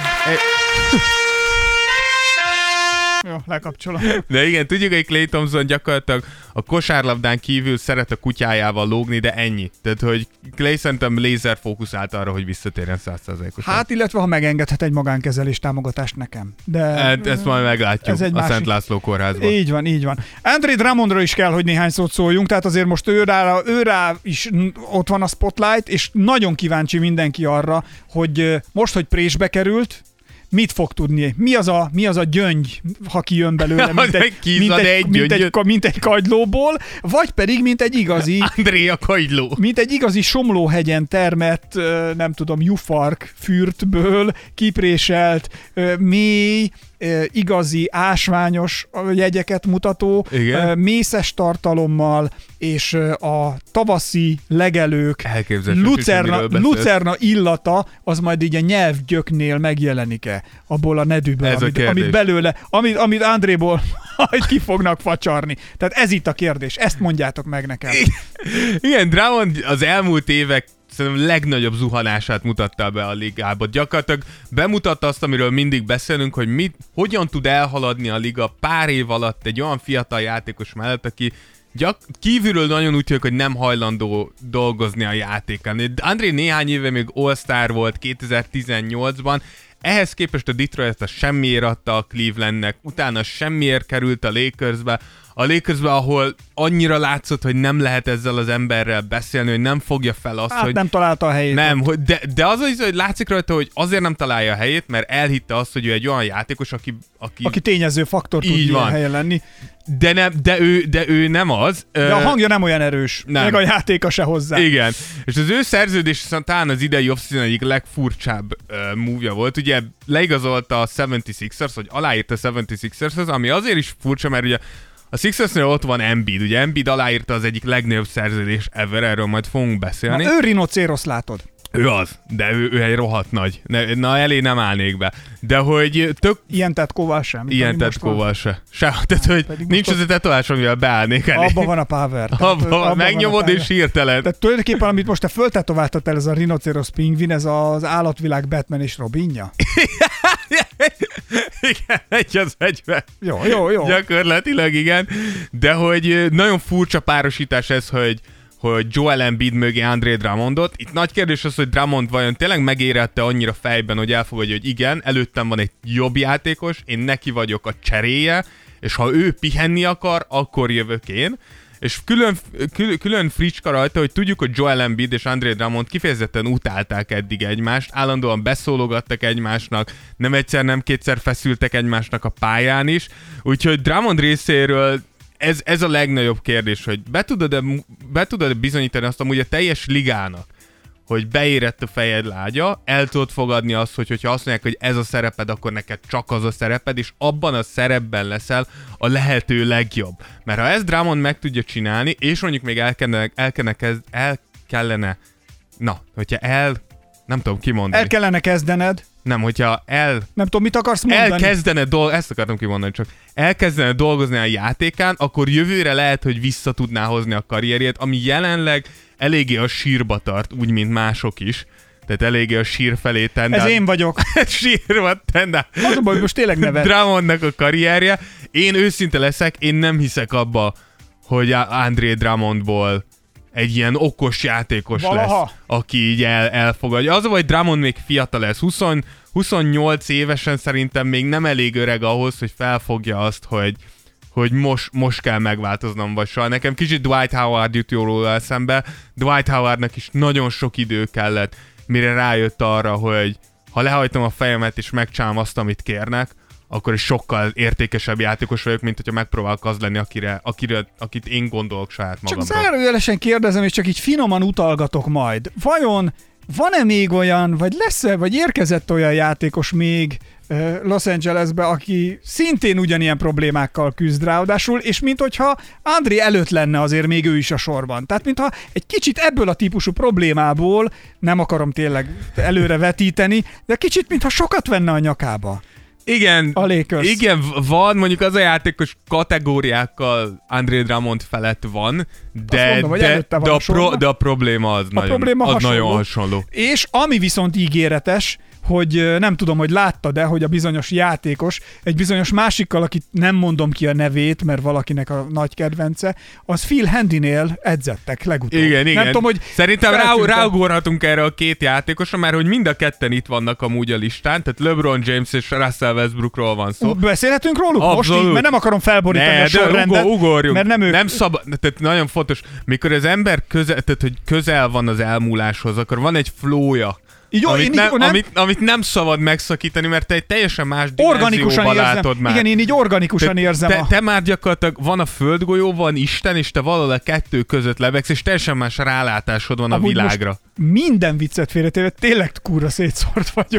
Jó, lekapcsolom. De igen, tudjuk, hogy Klay Thompson gyakorlatilag a kosárlabdán kívül szeret a kutyájával lógni, de ennyi. Tehát, hogy Klay szerintem lézer fókuszált arra, hogy visszatérjen 100%-osan. Hát, illetve ha megengedhet egy magánkezelés támogatást nekem. De ezt majd meglátjuk a Szent László kórházban. Így van. André Drummondra is kell, hogy néhány szót szóljunk, tehát azért most őrá is ott van a spotlight, és nagyon kíváncsi mindenki arra, hogy most, hogy présbe került, mit fog tudni? Mi az a gyöngy, ha kijön belőle, mint egy kagylóból, vagy pedig mint egy igazi... Andrea kagyló. Mint egy igazi Somlóhegyen termett, nem tudom, jufark fürtből kipréselt, mély, igazi, ásványos jegyeket mutató, mészes tartalommal, és a tavaszi legelők lucerna illata, az majd így a nyelvgyöknél megjelenik-e abból a nedűből, amit belőle, amit Andréból majd ki fognak facsarni. Tehát ez itt a kérdés, ezt mondjátok meg nekem. Igen, Drummond az elmúlt évek szerintem legnagyobb zuhanását mutatta be a ligába. Gyakorlatilag bemutatta azt, amiről mindig beszélünk, hogy hogyan tud elhaladni a liga pár év alatt egy olyan fiatal játékos mellett, aki kívülről nagyon úgy tűnik, hogy nem hajlandó dolgozni a játékán. André néhány éve még All-Star volt 2018-ban, ehhez képest a Detroit semmiért adta a Clevelandnek, utána semmiért került a Lakersbe, a Lakersben, ahol annyira látszott, hogy nem lehet ezzel az emberrel beszélni, hogy nem fogja fel azt, hogy... nem találta a helyét. Nem, de az, hogy látszik rajta, hogy azért nem találja a helyét, mert elhitte azt, hogy ő egy olyan játékos, aki tényező faktor tud ilyen helyen lenni. De ő nem az. De a hangja nem olyan erős, nem. Meg a játéka se hozzá. Igen, és az ő szerződés talán az idei off-season egyik legfurcsább move-ja volt. Ugye leigazolta a 76ers, vagy aláírta a 76ers-hez, ami azért is furcsa, mert ugye a Sixersnél ott van Embiid. Ugye Embiid aláírta az egyik legnagyobb szerződés ever, erről majd fogunk beszélni. Na, ő rinocérosz, látod. Ő az, de ő egy rohadt nagy. Na elé nem állnék be. De hogy tök... Ilyen tetkóval sem. Ilyen tetkóval se. Tehát, hogy nincs az a tetovás, amivel beállnék elé. Abban van a power. Abban megnyomod és hirtelen. Tehát tulajdonképpen, amit most te föltetováltattál, ez a rinocérosz pingvin, ez az állatvilág Batman és Robinja? Igen, egy az egyben. Jó. Gyakorlatilag igen. De hogy nagyon furcsa párosítás ez, hogy Joel Embiid mögé André Drummondot. Itt nagy kérdés az, hogy Drummond vajon tényleg megérette annyira fejben, hogy elfogadja, hogy igen, előttem van egy jobb játékos, én neki vagyok a cseréje, és ha ő pihenni akar, akkor jövök én. És külön fricska rajta, hogy tudjuk, hogy Joel Embiid és André Drummond kifejezetten utálták eddig egymást, állandóan beszólogattak egymásnak, nem egyszer, nem kétszer feszültek egymásnak a pályán is, úgyhogy Drummond részéről ez a legnagyobb kérdés, hogy be tudod bizonyítani azt amúgy a teljes ligának, hogy beérett a fejed lágya, el tudod fogadni azt, hogyha azt mondják, hogy ez a szereped, akkor neked csak az a szereped, és abban a szerepben leszel a lehető legjobb. Mert ha ezt Drummond meg tudja csinálni, és mondjuk még nem tudom kimondani. El kellene kezdened. Nem, hogyha Nem tudom, mit akarsz mondani. Ezt akartam kimondani, csak elkezdene dolgozni a játékán, akkor jövőre lehet, hogy vissza tudná hozni a karrierjét, ami jelenleg eléggé a sírba tart, úgy, mint mások is. Tehát eléggé a sír felé tendál. Ez én vagyok. Sírva tendál. Az a baj, most tényleg nevet. Drummondnak a karrierje. Én őszinte leszek, én nem hiszek abba, hogy André Drummondból egy ilyen okos játékos lesz, aki így elfogadja. Az a baj, hogy Drummond még fiatal lesz. 28 évesen szerintem még nem elég öreg ahhoz, hogy felfogja azt, hogy most kell megváltoznom, vagy soha. Nekem kicsit Dwight Howard jut jól eszembe. Dwight Howardnak is nagyon sok idő kellett, mire rájött arra, hogy ha lehajtom a fejemet és megcsinálom azt, amit kérnek, akkor is sokkal értékesebb játékos vagyok, mint hogyha megpróbálok az lenni, akit én gondolok saját magamról. Csak zárójelesen kérdezem, és csak így finoman utalgatok majd. Vajon van-e még olyan, vagy lesz-e, vagy érkezett olyan játékos még Los Angelesbe, aki szintén ugyanilyen problémákkal küzd ráadásul, és minthogyha André előtt lenne azért még ő is a sorban. Tehát mintha egy kicsit ebből a típusú problémából, nem akarom tényleg előre vetíteni, de kicsit mintha sokat venne a nyakába. Igen, van, mondjuk az a játékos kategóriákkal André Drummond felett van, de a probléma az nagyon hasonló. És ami viszont ígéretes, hogy nem tudom, hogy láttad-e, hogy a bizonyos játékos egy bizonyos másikkal, akit nem mondom ki a nevét, mert valakinek a nagy kedvence, az Phil Handynél edzettek legutóbb. Igen. Nem tudom, hogy szerintem ráugorhatunk erre a két játékosra, mert hogy mind a ketten itt vannak amúgy a listán, tehát LeBron James és Russell Westbrookról van szó. Beszélhetünk róluk most így, mert nem akarom felborítani a sorrendet, ugorjunk. Mert nem ők. Nem szabad, tehát nagyon fontos, mikor az ember közel van az elmúláshoz, akkor van egy flowja. Amit nem szabad megszakítani, mert te egy teljesen más dimenzióban látod már. Igen, én így organikusan érzem. Te már gyakorlatilag van a földgolyó, van Isten, és te valahol a kettő között lebegsz, és teljesen más rálátásod van a világra. Minden viccet félretéve, tényleg kurva szétszórt vagyok.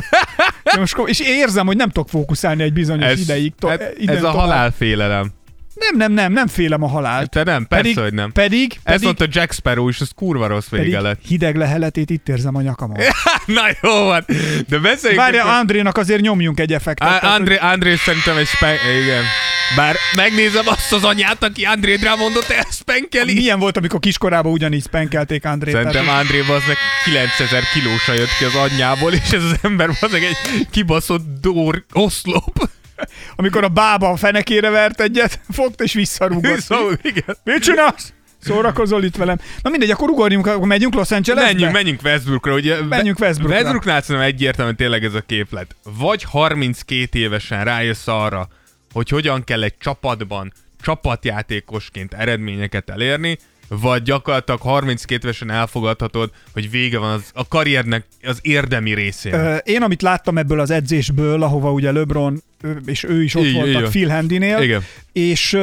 És érzem, hogy nem tudok fókuszálni egy bizonyos ideig. Ez a halálfélelem. Nem félem a halált. Te nem, persze, hogy nem. Pedig ezt mondta Jack Sparrow, és ez kurva rossz vége lett. Hideg leheletét itt érzem a nyakamon. Na jó van, de beszéljünk. Várja, Andrénak azért nyomjunk egy effektet. André szerintem egy igen. Bár megnézem azt az anyát, aki André Drummondot elspenkeli. Milyen volt, amikor kiskorában ugyanígy spenkelték Andrét? Szerintem Andréba az meg 9000 kilósa jött ki az anyjából, és ez az ember az egy kibaszott oszlop. Amikor a bába a fenekére vert egyet, fogta és visszarúgott. Mit csinálsz? Szórakozol itt velem. Na mindegy, akkor ugorjunk, akkor megyünk Los Angelesbe? Menjünk Westbrookra. Ugye Westbrooknál szerintem egyértelműen tényleg ez a képlet. Vagy 32 évesen rájössz arra, hogy hogyan kell egy csapatban csapatjátékosként eredményeket elérni, vagy gyakorlatilag 32 évesen elfogadhatod, hogy vége van a karriernek az érdemi részén. Én, amit láttam ebből az edzésből, ahova ugye LeBron és ő is ott voltak Phil Handynél, igen. És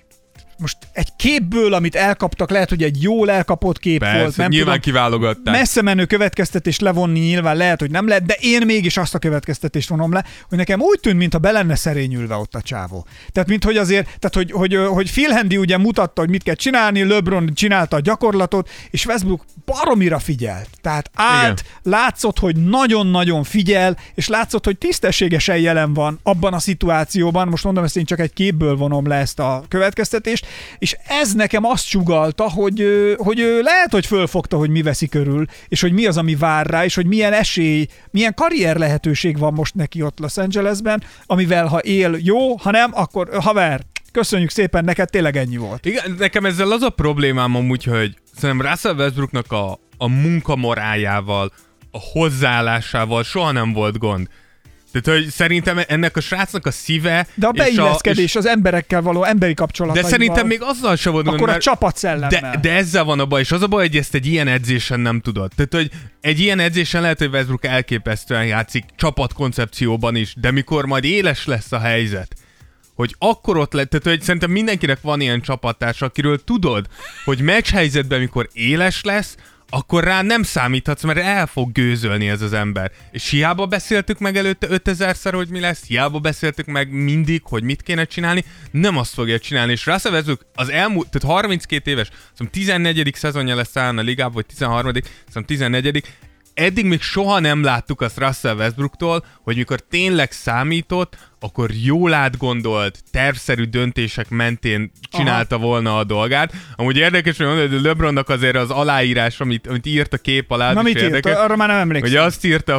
most egy képből, amit elkaptak, lehet, hogy egy jól elkapott kép persze, volt. Nem nyilván tudom, kiválogatták. messze menő következtetést levonni nyilván lehet, hogy nem lehet, de én mégis azt a következtetést vonom le, hogy nekem úgy tűnt, mintha be lenne szerényülve ott a csávó. Tehát, mint hogy azért, tehát, hogy Phil Handy ugye mutatta, hogy mit kell csinálni, LeBron csinálta a gyakorlatot, és Westbrook baromira figyelt. Tehát állt, igen. Látszott, hogy nagyon-nagyon figyel, és látszott, hogy tisztességesen jelen van abban a szituációban. Most mondom, ezt én csak egy képből vonom le ezt a következtetést, és ez nekem azt sugallta, hogy ő lehet, hogy fölfogta, hogy mi veszi körül, és hogy mi az, ami vár rá, és hogy milyen esély, milyen karrier lehetőség van most neki ott Los Angelesben, amivel ha él, jó, ha nem, akkor haver, köszönjük szépen, neked tényleg ennyi volt. Igen, nekem ezzel az a problémám amúgy, hogy szerintem Russell Westbrooknak a munkamoráljával, a hozzáállásával soha nem volt gond. Tehát, hogy szerintem ennek a srácnak a szíve... De a beilleszkedés, az emberekkel való emberi kapcsolataival... De szerintem még azzal sem volt... Akkor a csapatszellemben. De ezzel van a baj, és az a baj, hogy ezt egy ilyen edzésen nem tudod. Tehát, hogy egy ilyen edzésen lehet, hogy Westbrook elképesztően játszik csapatkoncepcióban is, de mikor majd éles lesz a helyzet, hogy akkor ott lett, tehát hogy szerintem mindenkinek van ilyen csapattársa, akiről tudod, hogy meccs helyzetben, mikor éles lesz, akkor rá nem számíthatsz, mert el fog gőzölni ez az ember. És hiába beszéltük meg előtte 5000-szer, hogy mi lesz, hiába beszéltük meg mindig, hogy mit kéne csinálni, nem azt fogja csinálni. És Russell Westbrook az elmúlt, tehát 32 éves, szóval 14. szezonja lesz talán a ligában, vagy 13., szóval 14. Eddig még soha nem láttuk azt Russell Westbrooktól, hogy mikor tényleg számított, akkor jól átgondolt, tervszerű döntések mentén csinálta volna a dolgát. Amúgy érdekes, hogy LeBronnak azért az aláírás, amit írt a kép alá. Na mit írt? Arra már nem emlékszem. Ugye azt írta,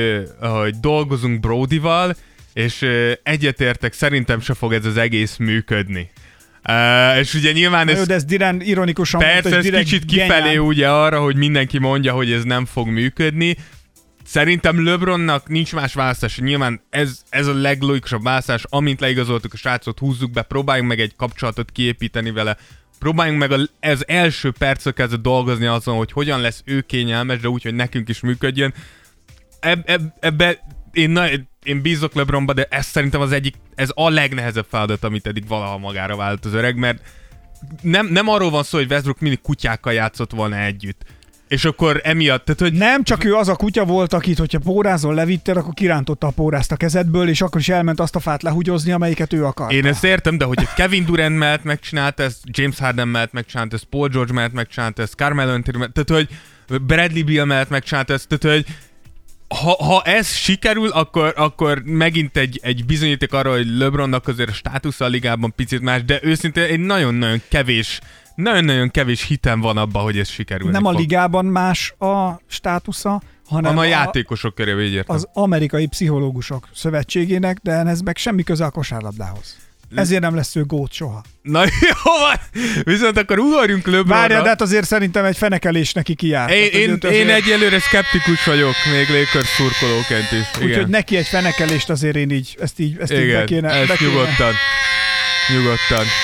hogy dolgozunk Brodyval, és egyetértek, szerintem se fog ez az egész működni. És ugye nyilván ez... Jó, de ez direkt ironikusan persze, mondta, ez kicsit kifelé ugye arra, hogy mindenki mondja, hogy ez nem fog működni. Szerintem LeBronnak nincs más választás. Nyilván ez a leglogikusabb választás, amint leigazoltuk a srácot, húzzuk be, próbáljunk meg egy kapcsolatot kiépíteni vele, próbáljunk meg az első percről kezdve dolgozni azon, hogy hogyan lesz ő kényelmes, de úgy, hogy nekünk is működjön. Ebbe én bízok LeBronba, de ez szerintem ez a legnehezebb feladat, amit eddig valaha magára vállalt az öreg, mert nem arról van szó, hogy Westbrook mindig kutyákkal játszott volna együtt. És akkor emiatt, tehát, hogy... Nem, csak ő az a kutya volt, akit, hogyha pórázol levittél, akkor kirántotta a pórázt a kezedből, és akkor is elment azt a fát lehugyozni, amelyiket ő akarta. Én ezt értem, de hogyha Kevin Durant mellett megcsinálta ezt, James Harden mellett megcsinálta ezt, Paul George mellett megcsinálta ezt, Carmelo Anthony mellett, tehát, hogy Bradley Beal mellett megcsinálta ezt, tehát, hogy ha ez sikerül, akkor megint egy bizonyíték arra, hogy LeBronnak azért a státusza a ligában picit más, de őszintén egy nagyon-nagyon kevés hitem van abban, hogy ez sikerül. Nem a ligában más a státusza, hanem a játékosok körében, így értem. Az Amerikai Pszichológusok Szövetségének, de ez meg semmi köze a kosárlabdához. Ezért nem lesz ő gót soha. Na jó van! Viszont akkor ugorjunk LeBronra. Várja, de hát azért szerintem egy fenekelés neki kijárt. Én egyelőre szkeptikus vagyok, még Lakers szurkolóként is. Úgyhogy neki egy fenekelést azért én ezt így be kéne. Ezt nyugodtan.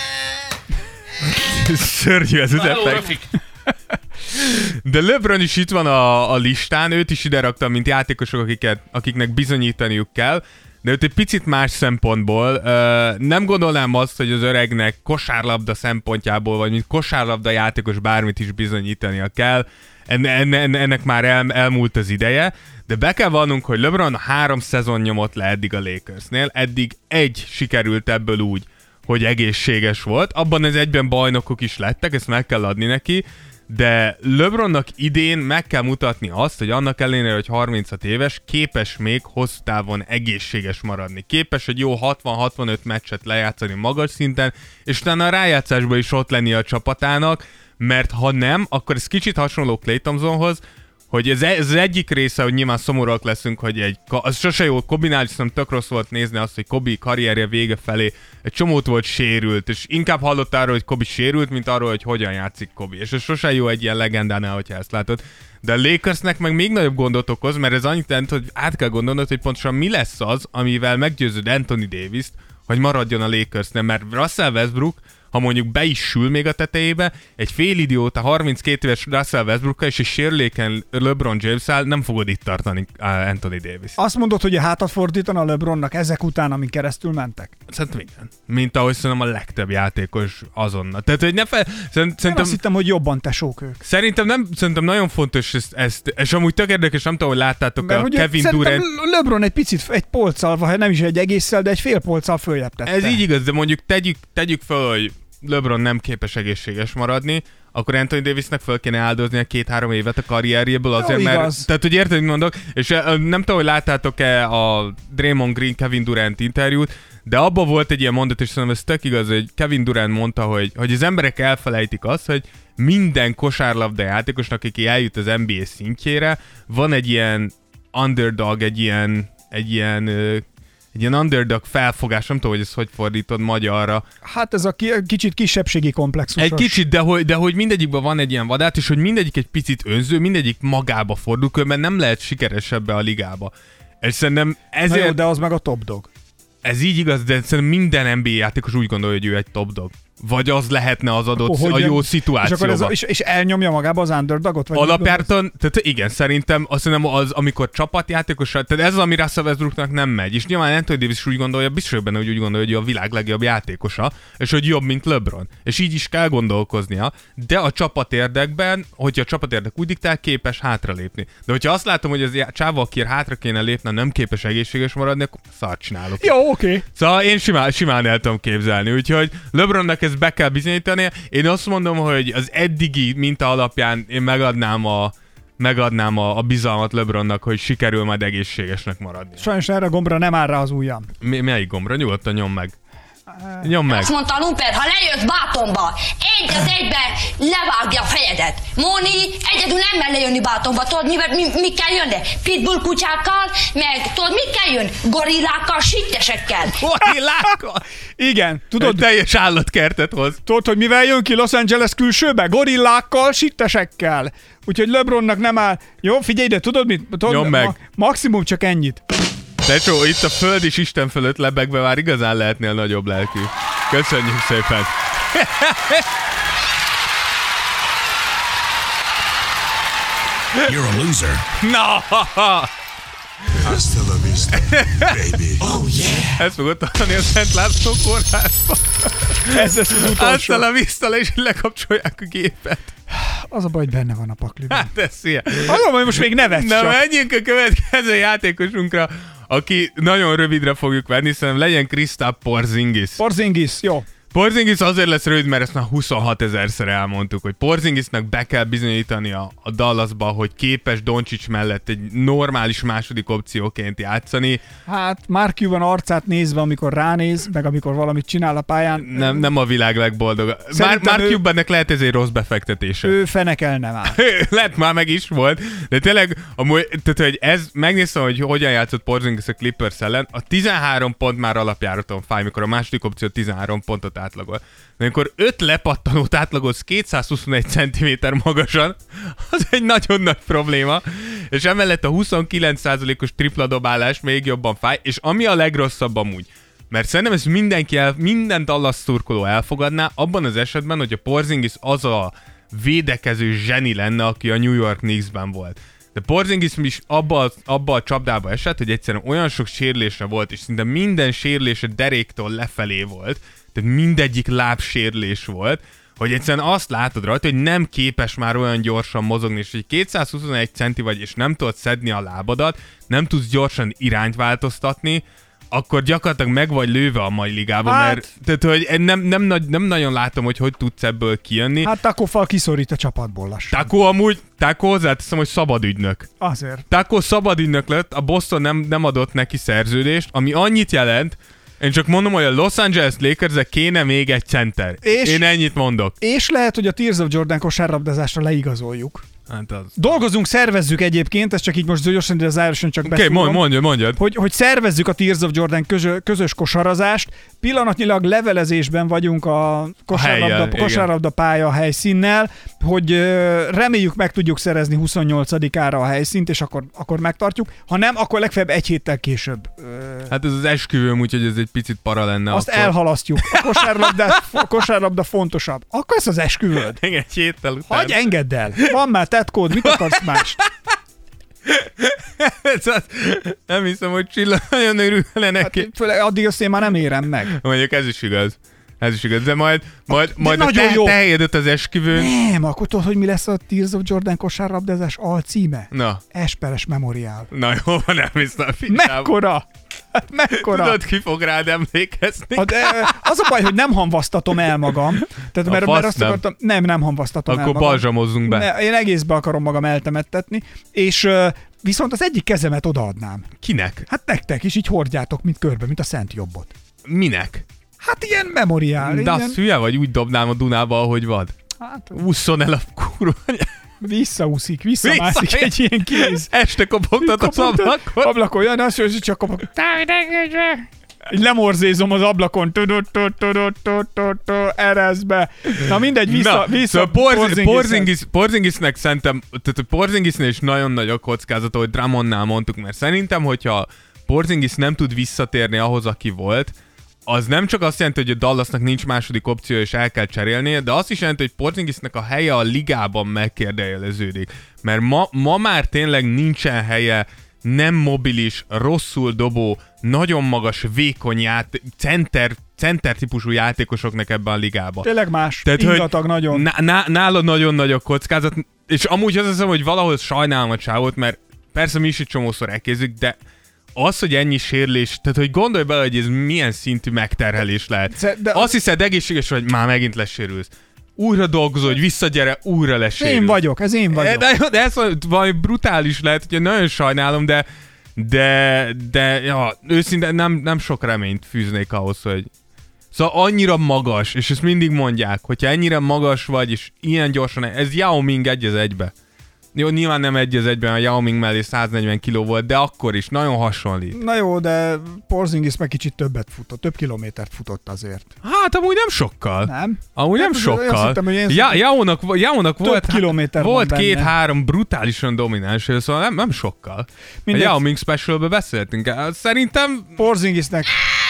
Szörnyű ez az effekt. De LeBron is itt van a listán, őt is ide raktam, mint játékosok, akiknek bizonyítaniuk kell. De őt egy picit más szempontból. Nem gondolnám azt, hogy az öregnek kosárlabda szempontjából, vagy mint kosárlabda játékos bármit is bizonyítania kell. Ennek már elmúlt az ideje. De be kell vannunk, hogy LeBron 3 szezon nyomott le eddig a Lakersnél. Eddig egy sikerült ebből úgy, hogy egészséges volt. Abban az egyben bajnokok is lettek, ezt meg kell adni neki. De LeBronnak idén meg kell mutatni azt, hogy annak ellenére, hogy 36 éves, képes még hosszú távon egészséges maradni. Képes egy jó 60-65 meccset lejátszani magas szinten, és utána a rájátszásban is ott lenni a csapatának, mert ha nem, akkor ez kicsit hasonló Klay Thompsonhoz, hogy ez az egyik része, hogy nyilván szomorúak leszünk, hogy az sose jó, Kobinál is tök rossz volt nézni azt, hogy Kobe karrierje vége felé egy csomót volt sérült, és inkább hallott arról, hogy Kobe sérült, mint arról, hogy hogyan játszik Kobe. És ez sose jó egy ilyen legendánál, hogyha ezt látod. De a Lakersnek meg még nagyobb gondot okoz, mert ez annyit jelent, hogy át kell gondolnod, hogy pontosan mi lesz az, amivel meggyőződ Anthony Davis-t, hogy maradjon a Lakersnél, mert Russell Westbrook, ha mondjuk be is sül még a tetejébe, egy fél idióta 32 éves Russell Westbrookkal és egy sérülékeny LeBron James-el nem fogod itt tartani Anthony Davis. Azt mondod, hogy a hátat fordítana LeBronnak ezek után, amin keresztül mentek? Szerintem igen. Mint ahogy szerintem a legtöbb játékos azonnal. Tehát, hogy Szerintem... Azt hittem, hogy jobban tesók ők. Szerintem nagyon fontos ezt, és amúgy tök érdekes, nem tudom, hogy láttátok a Kevin Durant. LeBron egy picit egy polccal, vagy nem is egy egésszel, de egy fél polccal följebb tette. Ez így igaz, de mondjuk tegyük fel, hogy LeBron nem képes egészséges maradni, akkor Anthony Davisnek fel kéne áldozni a 2-3 évet a karrierjéből azért, mert... Tehát, hogy érted, mit mondok? És nem tudom, hogy láttátok-e a Draymond Green Kevin Durant interjút, de abban volt egy ilyen mondat, és szerintem ez tök igaz, hogy Kevin Durant mondta, hogy az emberek elfelejtik azt, hogy minden kosárlabda játékosnak, aki eljut az NBA szintjére, van egy ilyen underdog, egy ilyen underdog felfogás, nem tudom, hogy ezt hogy fordítod magyarra. Hát ez a kicsit kisebbségi komplexus. Egy kicsit, de hogy mindegyikben van egy ilyen vadát, és hogy mindegyik egy picit önző, mindegyik magába fordul, mert nem lehet sikeresebb be a ligába. És szerintem ezért... Na jó, de az meg a top dog. Ez így igaz, de szerintem minden NBA játékos úgy gondolja, hogy ő egy top dog. Vagy az lehetne az adott a jó szituációban. És elnyomja magába az underdogot? Alapjártan, tehát igen, szerintem az, amikor csapatjátékos, tehát ez az, ami Russell Westbrooknak nem megy. És nyilván Anthony Davis is úgy gondolja, biztos benne, hogy úgy gondolja, hogy ő a világ legjobb játékosa, és hogy jobb, mint LeBron. És így is kell gondolkoznia, de a csapatérdekben, hogyha a csapatérdek úgy diktál, képes hátralépni. De hogyha azt látom, hogy az csáva, aki hátra kéne lépni, nem képes egészséges maradni, akkor szart csinálok. Jó, oké. Szóval én simán el tudom képzelni, úgyhogy LeBronnak ezt be kell bizonyítani. Én azt mondom, hogy az eddigi minta alapján én megadnám a bizalmat LeBronnak, hogy sikerül majd egészségesnek maradni. Sajnos erre a gombra nem áll rá az ujjam. Melyik gombra? Nyugodtan nyom meg. Nyom meg. Azt mondta Lumper, ha lejössz Bátonba, egy az egybe levágja a fejedet. Móni egyedül nem mer lejönni Bátonba, tudod mi kell jönni? Pitbull kutyákkal, meg tudod mi kell jönni? Gorillákkal, sittesekkel. Gorillákkal? Igen, tudod? Teljes állatkertet hoz. Tudod, hogy mivel jön ki Los Angeles külsőbe? Gorillákkal, sittesekkel. Úgyhogy LeBronnak nem áll. Jó, figyelj ide, tudod mit? Nyom meg. Maximum csak ennyit. Tecsó, itt a föld is Isten fölött lebegve már igazán lehetnél nagyobb lelkű. Köszönjük szépen! You're a loser. Na! Hasta la vista, baby. Oh yeah. Ezt fogod tanulni a Szent László kórházba. Ez lesz az utolsó. Hasta la vista, és lekapcsolják a gépet. Az a baj, hogy benne van a pakliban. Hát ez szia. Azon, hogy most még nevetsz csak. Na, menjünk a következő játékosunkra, aki nagyon rövidre fogjuk venni, szerintem legyen Kristaps Porzingis. Porzingis, jó. Porzingis azért lesz rövid, mert ezt már 26 000-szer elmondtuk, hogy Porzingisnak be kell bizonyítani a Dallasba, hogy képes Doncic mellett egy normális második opcióként játszani. Hát Mark Cuban arcát nézve, amikor ránéz, meg amikor valamit csinál a pályán. Nem a világ legboldogabb. Mark Cubannek lehet ez egy rossz befektetése. Ő fenekel nem áll. Lehet már meg is volt, de tényleg, tehát, hogy ez, megnéztem, hogy hogyan játszott Porzingis a Clippers ellen, a 13 pont már alapjáraton fáj, mikor a második opció 13 pontot átlagol. De amikor 5 lepattanót átlagolsz 221 cm magasan, az egy nagyon nagy probléma, és emellett a 29%-os tripladobálás még jobban fáj, és ami a legrosszabb amúgy, mert szerintem ezt minden Dallas szurkoló elfogadná, abban az esetben, hogy a Porzingis az a védekező zseni lenne, aki a New York Knicksben volt. De Porzingis is abba a csapdába esett, hogy egyszerűen olyan sok sérülése volt, és szinte minden sérülése deréktől lefelé volt, tehát mindegyik lábsérülés volt, hogy egyszerűen azt látod rajta, hogy nem képes már olyan gyorsan mozogni, és hogy 221 centi vagy, és nem tudod szedni a lábadat, nem tudsz gyorsan irányt változtatni, akkor gyakorlatilag meg vagy lőve a mai ligában, mert tehát, hogy nem nagyon látom, hogy tudsz ebből kijönni. Hát Taco Fall kiszorít a csapatból lassan. Taco hozzáteszem, hogy szabadügynök. Azért. Taco szabadügynök lett, a Boston nem adott neki szerződést, ami annyit jelent, én csak mondom, hogy a Los Angeles Lakersnek kéne még egy center. Én ennyit mondok. És lehet, hogy a Tears of Jordan kosárlabdázásra leigazoljuk. Hát az... Dolgozunk, szervezzük egyébként, ez csak így most gyorsan, de az Irishon csak beszélünk. Mondjad. Hogy szervezzük a Tears of Jordan közös kosarazást, Pillanatnyilag levelezésben vagyunk a kosárlabda pálya helyszínnel, hogy reméljük meg tudjuk szerezni 28-ára a helyszínt, és akkor megtartjuk. Ha nem, akkor legfeljebb egy héttel később. Hát ez az esküvőm, úgyhogy ez egy picit para lenne. Azt akkor elhalasztjuk. A kosárlabda fontosabb. Akkor ez az esküvőd. Egy héttel után. Hagyj, engedd el. Van már tetkód, mit akarsz mást? Nem hiszem, hogy Csilla nagyon örülne neki. Hát, főleg addig azt én már nem érem meg. Mondjuk ez is igaz. De majd a jó. te helyedet az esküvőn. Nem, akkor tudod, hogy mi lesz a Tears of Jordan kosárlabdázás alcíme? Na. Esperes Memorial. Na jó, nem hiszem. Mekkora? Hát mekkora? Tudod, ki fog rád emlékezni? Az a baj, hogy nem hamvasztatom el magam. Tehát, mert azt nem. akartam, nem hamvasztatom el Akkor magam. balzsamozzunk be. Én egészbe akarom magam eltemettetni, és viszont az egyik kezemet odaadnám. Kinek? Hát nektek is így hordjátok, mint körbe, mint a Szent Jobbot. Minek? Hát ilyen memoriál. De azt hülye vagy, úgy dobnám a Dunába, ahogy vad. Hát, ússzon el a kurva. Visszamászik egy ilyen kéz. Este kopogtat az ablakon. Ablakon, jön, azt hogy csak kopog. Így lemorzézom az ablakon. Ereszbe. Na mindegy, vissza. Porzingisnek szerintem, tehát a Porzingisnél is nagyon nagy a kockázata, hogy Drummondnál mondtuk, mert szerintem, hogyha Porzingis nem tud visszatérni ahhoz, aki volt, az nem csak azt jelenti, hogy a Dallasnak nincs második opció, és el kell cserélnie, de azt is jelenti, hogy Porzingisnek a helye a ligában megkérdőjeleződik. Mert ma már tényleg nincsen helye nem mobilis, rosszul dobó, nagyon magas, vékony center típusú játékosoknak ebben a ligában. Tényleg más, tehát, ingatag nagyon. Nála nagyon nagy a kockázat, és amúgy az hiszem, hogy valahol sajnálom a csávot, mert persze mi is egy csomószor elkézzük, de az, hogy ennyi sérülés, tehát hogy gondolj bele, hogy ez milyen szintű megterhelés lehet. De azt hiszed egészséges, hogy már megint lesérülsz. Újra dolgozol, hogy visszagyere, újra lesérülsz. Ez én vagyok. De ez valami brutális lehet, hogy nagyon sajnálom, de ja, őszintén nem sok reményt fűznék ahhoz, hogy... Szóval annyira magas, és ezt mindig mondják, hogyha ennyire magas vagy, és ilyen gyorsan, ez Yao Ming 1:1. Jó, nyilván nem 1:1, a Yao Ming mellé 140 kiló volt, de akkor is nagyon hasonlít. Na jó, de Porzingis meg kicsit többet futott, több kilométert futott azért. Hát amúgy nem sokkal. Nem? Amúgy nem sokkal. Yao-nak volt 2-3 brutálisan domináns, szóval nem sokkal. A Yao Ming Specialbe beszéltünk. Szerintem Porzingisnek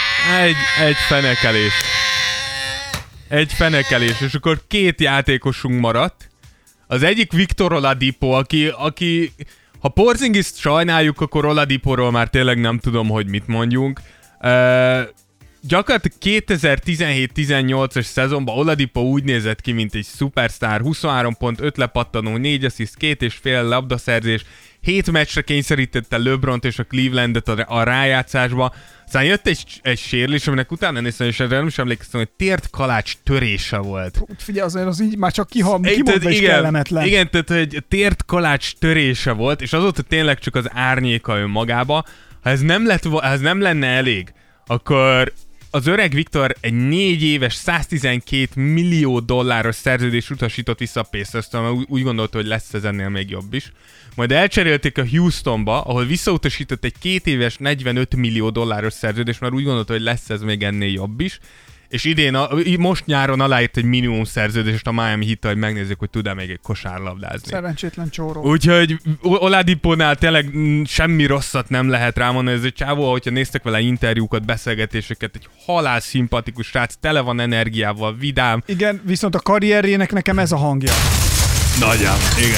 egy fenekelés, és akkor 2 játékosunk maradt. Az egyik Victor Oladipo, aki ha Porzingist sajnáljuk, akkor Oladiporól már tényleg nem tudom, hogy mit mondjunk. Gyakorlatilag 2017-18-as szezonban Oladipo úgy nézett ki, mint egy szupersztár, 23 pont, 5 lepattanó, 4 assziszt, 2,5 labdaszerzés, 7 meccsre kényszerítette LeBront és a Clevelandet a rájátszásba. Aztán jött egy sérülés, aminek utána néztem, és erre nem is emlékeztem, hogy tért kalács törése volt. Figyelj, azért az így már csak kimondva is kellemetlen. Igen, tehát egy tért kalács törése volt, és azóta tényleg csak az árnyéka önmagába. Ha ez nem lenne elég, akkor az öreg Viktor egy 4 éves, $112 millió szerződést utasított vissza a Pacers-től, mert úgy gondolta, hogy lesz ez ennél még jobb is. Majd elcserélték a Houstonba, ahol visszautasított egy 2 éves, $45 millió szerződést, mert úgy gondolta, hogy lesz ez még ennél jobb is. És most nyáron aláírt egy minimum szerződést a Miami Heat-tal, hogy megnézzük, hogy tud-e még egy kosárlabdázni. Szerencsétlen csóró. Úgyhogy Oladipónál tényleg semmi rosszat nem lehet rámondani. Ez egy csávó, hogyha néztek vele interjúkat, beszélgetéseket, egy halál szimpatikus srác, tele van energiával, vidám. Igen, viszont a karrierjének nekem ez a hangja. Nagyon,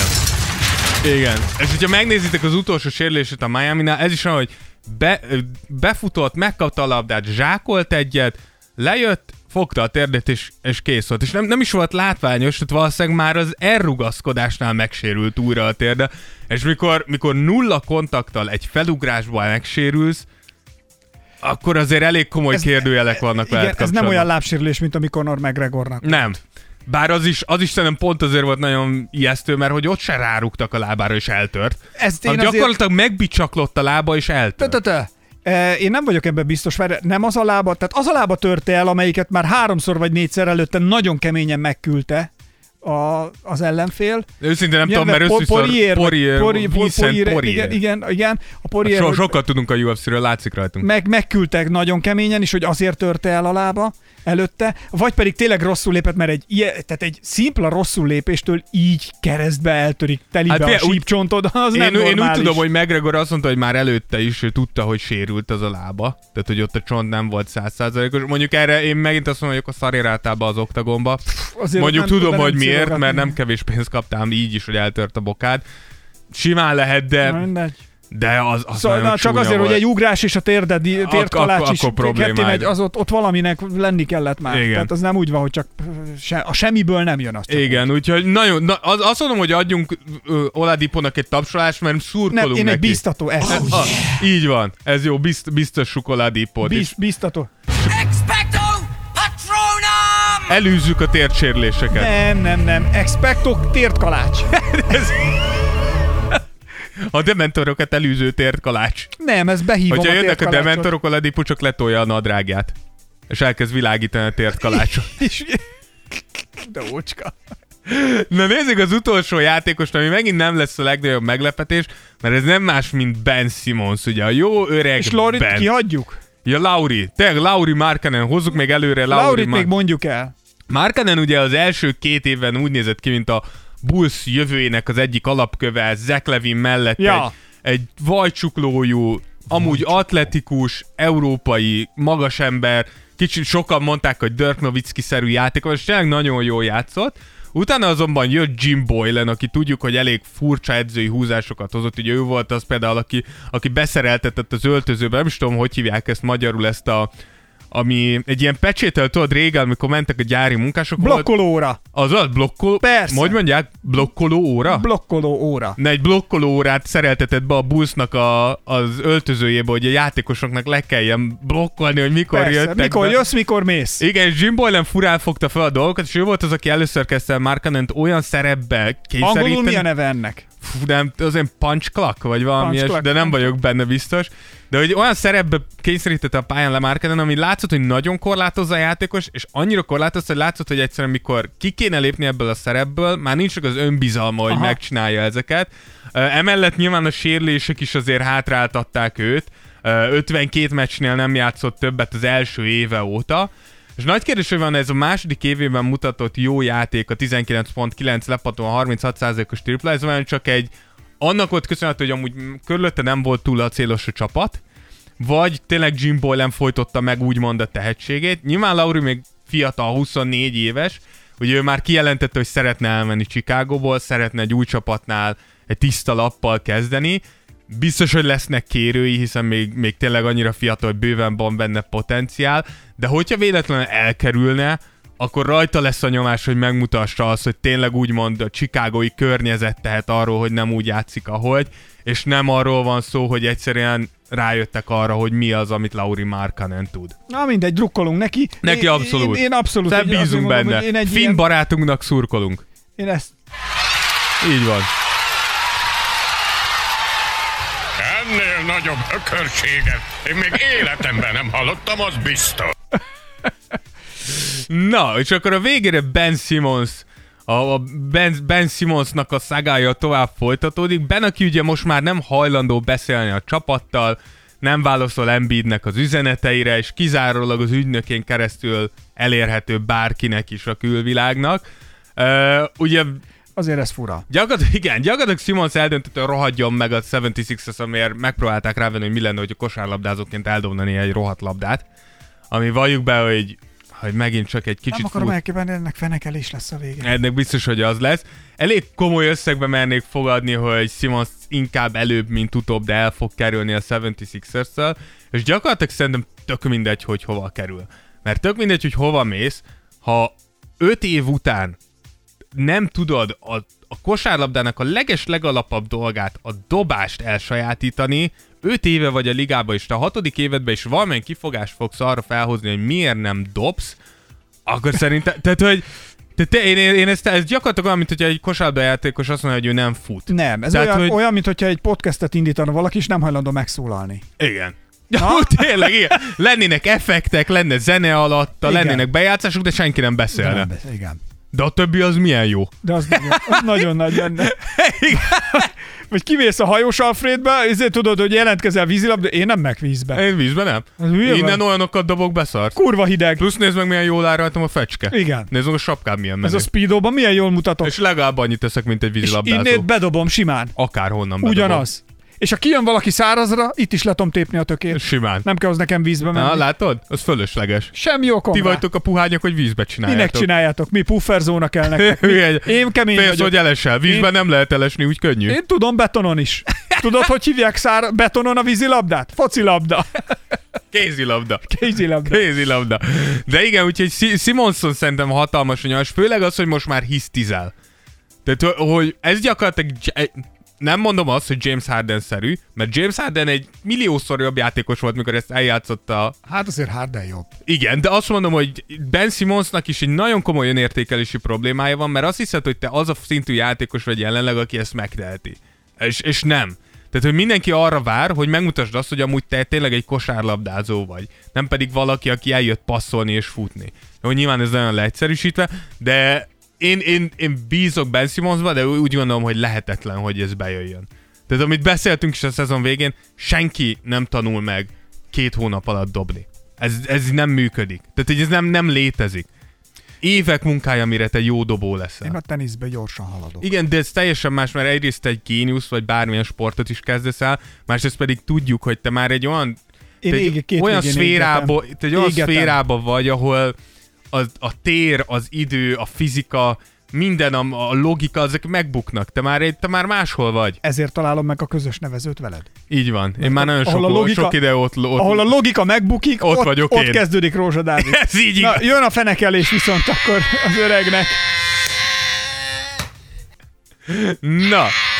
igen. És hogyha megnézitek az utolsó sérülését a Miami-nál, ez is olyan, hogy befutott, megkapta a labdát, zsákolt egyet, lejött, fogta a térdet, és kész volt. És nem is volt látványos, tehát valószínűleg már az elrugaszkodásnál megsérült újra a térde. És mikor nulla kontakttal egy felugrásban megsérülsz, akkor azért elég komoly kérdőjelek vannak veled kapcsolatban. Ez nem olyan lábsérülés, mint amikor Conor McGregornak. Nem. Bár az is szerintem pont azért volt nagyon ijesztő, mert hogy ott se rárugtak a lábára, és eltört. Gyakorlatilag megbicsaklott a lába, és eltört. Én nem vagyok ebben biztos, mert nem az a lába, tehát az a lába törte el, amelyiket már 3-szor vagy 4-szer előtte nagyon keményen megküldte az ellenfél. Őszintén nem tudom, mert összviszor Poirier. Igen, a Poirier. Sokat tudunk a UFC-ről, látszik rajtunk. Megküldtek nagyon keményen is, hogy azért törte el a lába előtte, vagy pedig tényleg rosszul lépett, mert egy szimpla rosszul lépéstől így keresztbe eltörik telibe a sípcsontod, az nem normális. Én úgy tudom, hogy McGregor azt mondta, hogy már előtte is tudta, hogy sérült az a lába, tehát hogy ott a csont nem volt 100%-os. Mondjuk erre én megint azt mondom, hogy akkor szarjér általában az oktagomba. Mondjuk tudom, hogy miért, mert nem kevés pénzt kaptám így is, hogy eltört a bokád. Simán lehet, de az szóval csak azért, volt. Hogy egy ugrás és a térdkalács is ketté megy, ott valaminek lenni kellett már. Igen. Tehát az nem úgy van, hogy csak a semmiből nem jön az. Igen, úgyhogy nagyon, azt mondom, hogy adjunk Oladiponak egy tapsolást, mert szurkolunk neki. Én egy biztató, így van, ez jó, biztassuk Oladipot. Biztató. Expecto Patronum! Elűzzük a térdsérüléseket. Nem. Expecto térdkalács. A dementorokat elűző térdkalács. Nem, ez behívom hogyha a jönnek a térdkalácsot. dementorok, Oladipo csak letolja a nadrágját. És elkezd világítani a térdkalácsot. De ócska. Na nézzük az utolsó játékost, ami megint nem lesz a legnagyobb meglepetés, mert ez nem más, mint Ben Simmons, ugye a jó öreg és Laurit Ben. kihagyjuk? Ja, Lauri Markkanen, hozzuk még előre Laurit még mondjuk el. Markkanen ugye az első 2 évben úgy nézett ki, mint a Bulls jövőjének az egyik alapköve, Zach Levine mellett egy vajcsuklójú, amúgy atletikus, európai, magas ember, kicsit sokan mondták, hogy Dirk Nowitzki-szerű játékos, és tényleg nagyon jól játszott. Utána azonban jött Jim Boylan, aki tudjuk, hogy elég furcsa edzői húzásokat hozott. Ugye ő volt az például, aki beszereltetett az öltözőbe, nem is tudom, hogy hívják ezt magyarul, ezt ami egy ilyen pecsétel, tudod, régen, amikor mentek a gyári munkások. Blokkolóra. Azaz, blokkoló. Persze. Hogy mondják? Blokkoló óra? Blokkoló óra. Ne, egy blokkoló órát szereltetett be a Bullsnak az öltözőjébe, hogy a játékosoknak le kelljen blokkolni, hogy mikor persze, jöttek mikor be. jössz, mikor mész. Igen, és Jim Boylan furán fogta fel a dolgokat, és ő volt az, aki először kezdte el Markkanent olyan szerepbe kényszeríteni. Angolul mi a neve ennek? Nem, az olyan punch clock, vagy valami ilyes, de nem vagyok benne biztos. De hogy olyan szerepbe kényszerítette a pályán le Markkanen, ami látszott, hogy nagyon korlátozza a játékos, és annyira korlátozza, hogy látszott, hogy egyszerűen mikor ki kéne lépni ebből a szerepből, már nincs csak az önbizalma, hogy megcsinálja ezeket. Emellett nyilván a sérülések is azért hátráltatták őt. 52 meccsnél nem játszott többet az első éve óta. És nagy kérdés, hogy van ez a második évében mutatott jó játék, a 19.9 lepató, a 36%-os tripla, ez olyan csak annak volt köszönhető, hogy amúgy körülötte nem volt túl a célos a csapat, vagy tényleg Jim Boylan folytotta meg úgymond a tehetségét. Nyilván Lauri még fiatal, 24 éves, ugye ő már kijelentette, hogy szeretne elmenni Chicagóból, szeretne egy új csapatnál egy tiszta lappal kezdeni. Biztos, hogy lesznek kérői, hiszen még tényleg annyira fiatal, hogy bőven van benne potenciál, de hogyha véletlenül elkerülne, akkor rajta lesz a nyomás, hogy megmutassa azt, hogy tényleg úgymond a chicagói környezet tehet arról, hogy nem úgy játszik, ahogy, és nem arról van szó, hogy egyszerűen rájöttek arra, hogy mi az, amit Lauri Markkanen tud. Na mindegy, drukkolunk neki. Neki abszolút. Én abszolút. Tehát bízunk benne. Finn barátunknak szurkolunk. Én ezt... Így van. Ennél nagyobb ökörséget én még életemben nem hallottam, az biztos. Na, és akkor a végére Ben Simmons, Ben Simmonsnak a szagája tovább folytatódik. Ben, aki ugye most már nem hajlandó beszélni a csapattal, nem válaszol Embiidnek az üzeneteire, és kizárólag az ügynökén keresztül elérhető bárkinek is a külvilágnak. Ugye azért ez fura. Gyakorlatilag Simmons eldöntött, hogy rohadjon meg a 76ers, amiért megpróbálták rávenni, hogy mi lenne, hogy a kosárlabdázóként eldobnani egy rohadt labdát. Ami valljuk be, hogy megint csak egy kicsit... Nem akarom elképzelni, ennek fenekelés lesz a vége. Ennek biztos, hogy az lesz. Elég komoly összegbe mernék fogadni, hogy Simmons inkább előbb, mint utóbb, de el fog kerülni a 76ers-szel, és gyakorlatilag szerintem tök mindegy, hogy hova kerül. Mert tök mindegy, hogy hova mész, ha 5 év után nem tudod a kosárlabdának a legalapabb dolgát, a dobást elsajátítani, 5 éve vagy a ligában, és te a 6. évedben is valamilyen kifogást fogsz arra felhozni, hogy miért nem dobsz, akkor szerintem, tehát, hogy én ezt gyakorlatilag olyan, mint hogyha egy kosárlabdajátékos azt mondja, hogy ő nem fut. Nem, ez tehát, olyan, mint hogyha egy podcastet indítana valaki, és nem hajlandó megszólalni. Igen. Tényleg, igen. Lennének effektek, lenne zene alatta, lennének bejátszások, de senki nem beszélne. Igen. De a többi az milyen jó. De az nagyon nagy benne. Vagy kimész a hajós Alfredbe, ezért tudod, hogy jelentkezel vízilabda, én nem meg vízbe. Én vízbe nem. Innen olyanokat dobok beszart. Kurva hideg. Plusz nézd meg, milyen jól áll rajtam a fecske. Igen. Nézd meg a sapkám milyen menő. Ez a Speedo-ban milyen jól mutatok. És legalább annyit teszek, mint egy vízilabdázó. És innét bedobom simán. Akárhonnan bedobom. Ugyanaz. És ha kijön valaki szárazra, itt is le tudom tépni a tökét. Simán. Nem kell az nekem vízbe menni. Na, látod? Az fölösleges. Semmi okom Ti rá. vagytok a puhányok, hogy vízbe csináljátok. Minek csináljátok? Mi pufferzóna kell nektek? Én kemény Félsz, vagyok. hogy elesel. Vízben nem lehet elesni, úgy könnyű. Én tudom betonon is. Tudod, hogy hívják betonon a vízilabdát? Focilabda. Kézilabda. Kézilabda. De igen, úgyhogy Simonson szerintem hatalmas nyomás, főleg az, hogy most már hisztizel. Tehát, hogy ez gyakorlatilag... Nem mondom azt, hogy James Harden-szerű, mert James Harden egy milliószor jobb játékos volt, mikor ezt eljátszotta. Hát azért Harden jobb. Igen, de azt mondom, hogy Ben Simmonsnak is egy nagyon komoly önértékelési problémája van, mert azt hiszed, hogy te az a szintű játékos vagy jelenleg, aki ezt megteheti. És nem. Tehát, hogy mindenki arra vár, hogy megmutasd azt, hogy amúgy te tényleg egy kosárlabdázó vagy. Nem pedig valaki, aki eljött passzolni és futni. Jó, nyilván ez nagyon leegyszerűsítve, de én bízok Ben Simmonsba, de úgy gondolom, hogy lehetetlen, hogy ez bejöjjön. Tehát amit beszéltünk is a szezon végén, senki nem tanul meg 2 hónap alatt dobni. Ez nem működik. Tehát hogy ez nem létezik. Évek munkája, mire te jó dobó leszel. Én a teniszben gyorsan haladok. Igen, de ez teljesen más, mert egyrészt egy géniusz, vagy bármilyen sportot is kezdesz el, másrészt pedig tudjuk, hogy te már egy olyan, szférába vagy, ahol a tér, az idő, a fizika, minden, a logika, ezek megbuknak. Te már máshol vagy. Ezért találom meg a közös nevezőt veled. Így van. Én már nagyon sok ide ott... Ahol a logika megbukik, ott kezdődik Rózsa Dávid. Ez így igaz. Na, jön a fenekelés viszont akkor az öregnek. Na.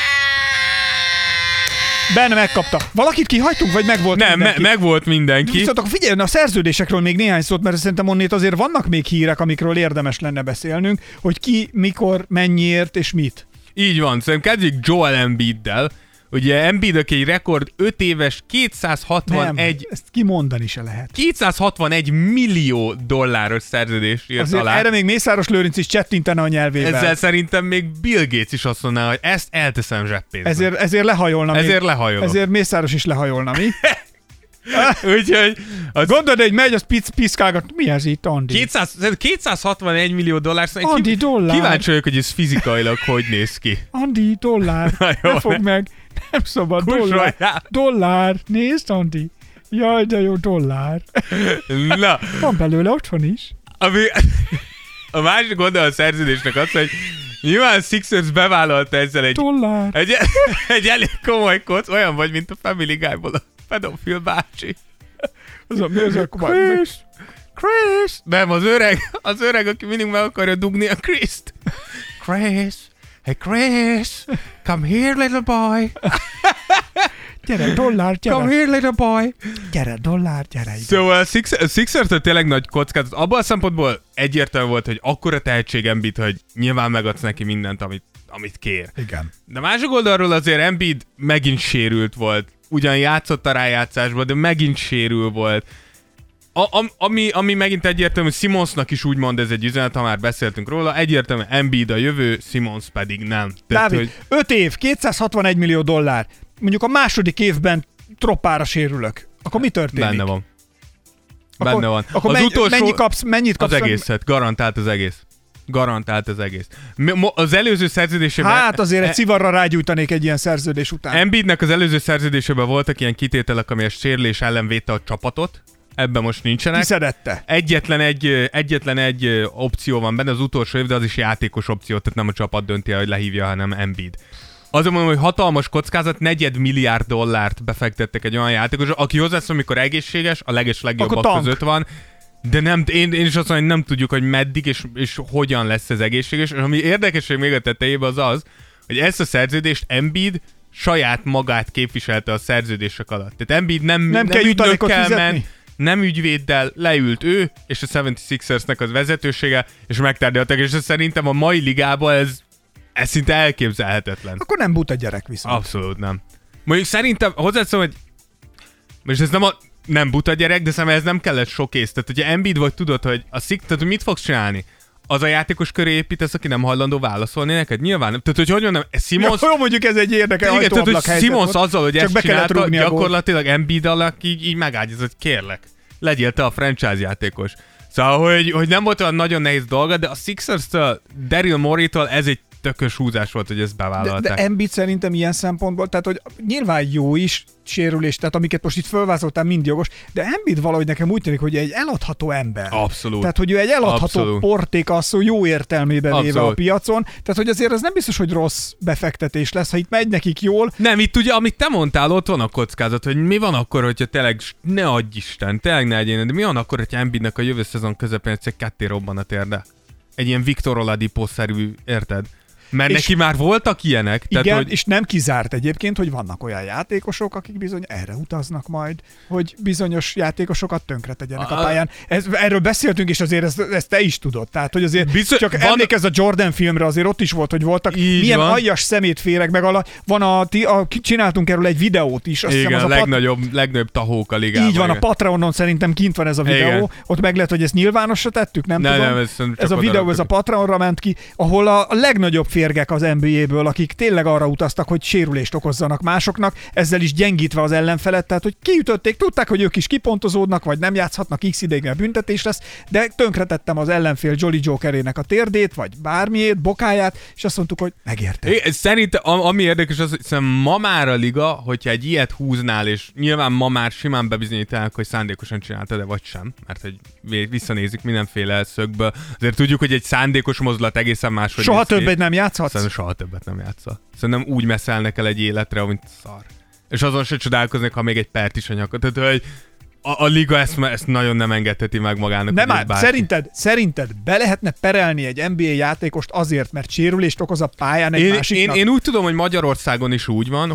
Benne megkapta. Valakit kihagytunk, vagy megvolt mindenki? Nem, megvolt mindenki. Viszont akkor figyelj, a szerződésekről még néhány szót, mert szerintem onnét azért vannak még hírek, amikről érdemes lenne beszélnünk, hogy ki, mikor, mennyiért és mit. Így van, szerintem kezdjük Joel Embiiddel. Ugye Embiid, aki egy rekord 5 éves, 261... Nem, ezt kimondani se lehet. 261 millió dolláros szerződést írt azért alá. Erre még Mészáros Lőrinc is csettintene a nyelvével. Ezzel szerintem még Bill Gates is azt mondaná, hogy ezt elteszem zseppénzbe. Ezért lehajolna. Lehajolom. Ezért Mészáros is lehajolna, mi? Úgyhogy... Gondolod, hogy megy, az piszkálgat. Mi ez itt, Andi? 261 millió dollár. Andi, dollár. Kíváncsi vagyok, hogy ez fizikailag hogy néz ki. Andi, dollár. Ne fogd meg. Nem szabad. Dollár. Nézd, Andi. Jaj, de jó, dollár. Na. Van belőle otthon is. A másik oldal a szerződésnek az, hogy nyilván Sixers bevállalta ezzel egy elég komoly koc, olyan vagy, mint a Family Guy-ból a pedofil bácsi. Chris! Nem, az öreg, aki mindig meg akarja dugni a Chris-t. Chris! Hey Chris! Come here, little boy! Gyere, dollár, gyere! Come here, little boy! Gyere, dollár, gyere! Szóval a Sixers-től tényleg nagy kockázat. Abban a szempontból egyértelmű volt, hogy akkora tehetség Embiid, hogy nyilván megadsz neki mindent, amit kér. Igen. De másik oldalról azért Embiid megint sérült volt. Ugyan játszott a rájátszásban, de megint sérül volt. Ami megint egyértelmű, Simmonsnak is úgymond ez egy üzenet, ha már beszéltünk róla, egyértelmű Embiid a jövő, Simmons pedig nem. Tehát, Dávid, 5 év, 261 millió dollár. Mondjuk a második évben troppára sérülök. Akkor mi történik? Benne van. Benne van. Akkor mennyit kapsz? Az egészet. Garantált az egész. Az előző szerződésében... Hát azért egy szivarra rágyújtanék egy ilyen szerződés után. Embiidnek az előző szerződésében voltak ilyen kitételek, ami a sérülés ellen védte a csapatot. Ebben most nincsenek. Kiszedette. Egyetlen egy opció van benne, az utolsó év, de az is játékos opció, tehát nem a csapat dönti el, hogy lehívja, hanem Embiid. Azon mondom, hogy hatalmas kockázat, $400 milliárd befektettek egy olyan játékos, aki hozzászól, amikor egészséges, a legjobbak között van. De nem, én is azt mondom, hogy nem tudjuk, hogy meddig és hogyan lesz ez egészséges. És ami érdekesség még a tetejében az, hogy ezt a szerződést Embiid saját magát képviselte a szerződések alatt. Tehát Embiid nem kell ügynökkel ment, nem ügyvéddel, leült ő és a 76ersnek az vezetősége, és megtárgyaltak, és szerintem a mai ligában ez szinte elképzelhetetlen. Akkor nem buta gyerek viszont. Abszolút nem. Mondjuk szerintem hozzátszom, hogy most ez nem buta gyerek, de szerintem ez nem kellett sok ész. Tehát, hogyha Embiid vagy tudod, hogy tehát mit fogsz csinálni? az a játékos köré építesz, aki nem hajlandó válaszolni neked? Nyilván nem. Tehát, hogy mondjam, Simmons... Jó, mondjuk ez egy érdekes ajtóablak helyzet. Simmons azzal, hogy ezt csinálta, gyakorlatilag Embiid-al így megágyazott, kérlek. Legyél te a franchise játékos. Szóval, hogy nem volt olyan nagyon nehéz dolga, de a Sixers-től, Daryl Morey-tól ez egy tökös húzás volt, hogy ezt bevállalták. De Embiid szerintem ilyen szempontból, tehát hogy nyilván jó is sérülés, tehát amiket most itt fölvázoltál, mind jogos, de Embiid valahogy nekem úgy tűnik, hogy egy eladható ember. Abszolút. Tehát, hogy ő egy eladható porték a szó jó értelmében véve a piacon, tehát, hogy azért ez nem biztos, hogy rossz befektetés lesz, ha itt megy nekik jól. Nem, itt ugye, amit te mondtál, ott van a kockázat, hogy mi van akkor, hogyha tényleg, ne adj Isten, tényleg ne egyén, de mi van akkor, hogyha Embiidnek a jövő szezon közepén egyszer ketté robban a térde? Egy ilyen Victor Oladipo-szerű, érted? Mert neki már voltak ilyenek. Igen, tehát, hogy... és nem kizárt egyébként, hogy vannak olyan játékosok, akik bizony erre utaznak majd, hogy bizonyos játékosokat tönkre tegyenek a pályán. Erről beszéltünk, és azért ezt te is tudod. Tehát, hogy azért csak emlékezz a Jordan filmre, azért ott is volt, hogy voltak így milyen van. aljas szemétféreg, meg csináltunk erről egy videót is. Azt igen, hiszem, az legnagyobb tahók a ligában. Így van, a Patreonon szerintem kint van ez a videó. Igen. Ott meg lehet, hogy ezt nyilvánosra tettük, nem tudom. Ez a videó, ez a Patreonra ment ki, ahol a legnagyobb férgek az NBA-ből, akik tényleg arra utaztak, hogy sérülést okozzanak másoknak, ezzel is gyengítve az ellenfelet, tehát hogy kiütötték, tudták, hogy ők is kipontozódnak, vagy nem játszhatnak x ideig, mert büntetés lesz, de tönkretettem az ellenfél Jolly Jokerének a térdét, vagy bármiét, bokáját, és azt mondtuk, hogy megérte. Szerintem, ami érdekes, az, hogy ma már a liga, hogyha egy ilyet húznál, és nyilván ma már simán bebizonyítják, hogy szándékosan csinálta, de vagy sem, mert hogy visszanézik mindenféle szögből. Azért tudjuk, hogy egy szándékos mozdulat egészen máshogy. Soha többet nem játszhatsz? Szerintem soha többet nem játszol. Szerintem úgy messzelnek el egy életre, mint szar. És azon se csodálkoznék, ha még egy pert is a nyakot. Tehát, hogy a liga ezt nagyon nem engedheti meg magának. Nem már, szerinted be lehetne perelni egy NBA játékost azért, mert sérülést okoz a pályán egy másiknak? Én úgy tudom, hogy Magyarországon is úgy van,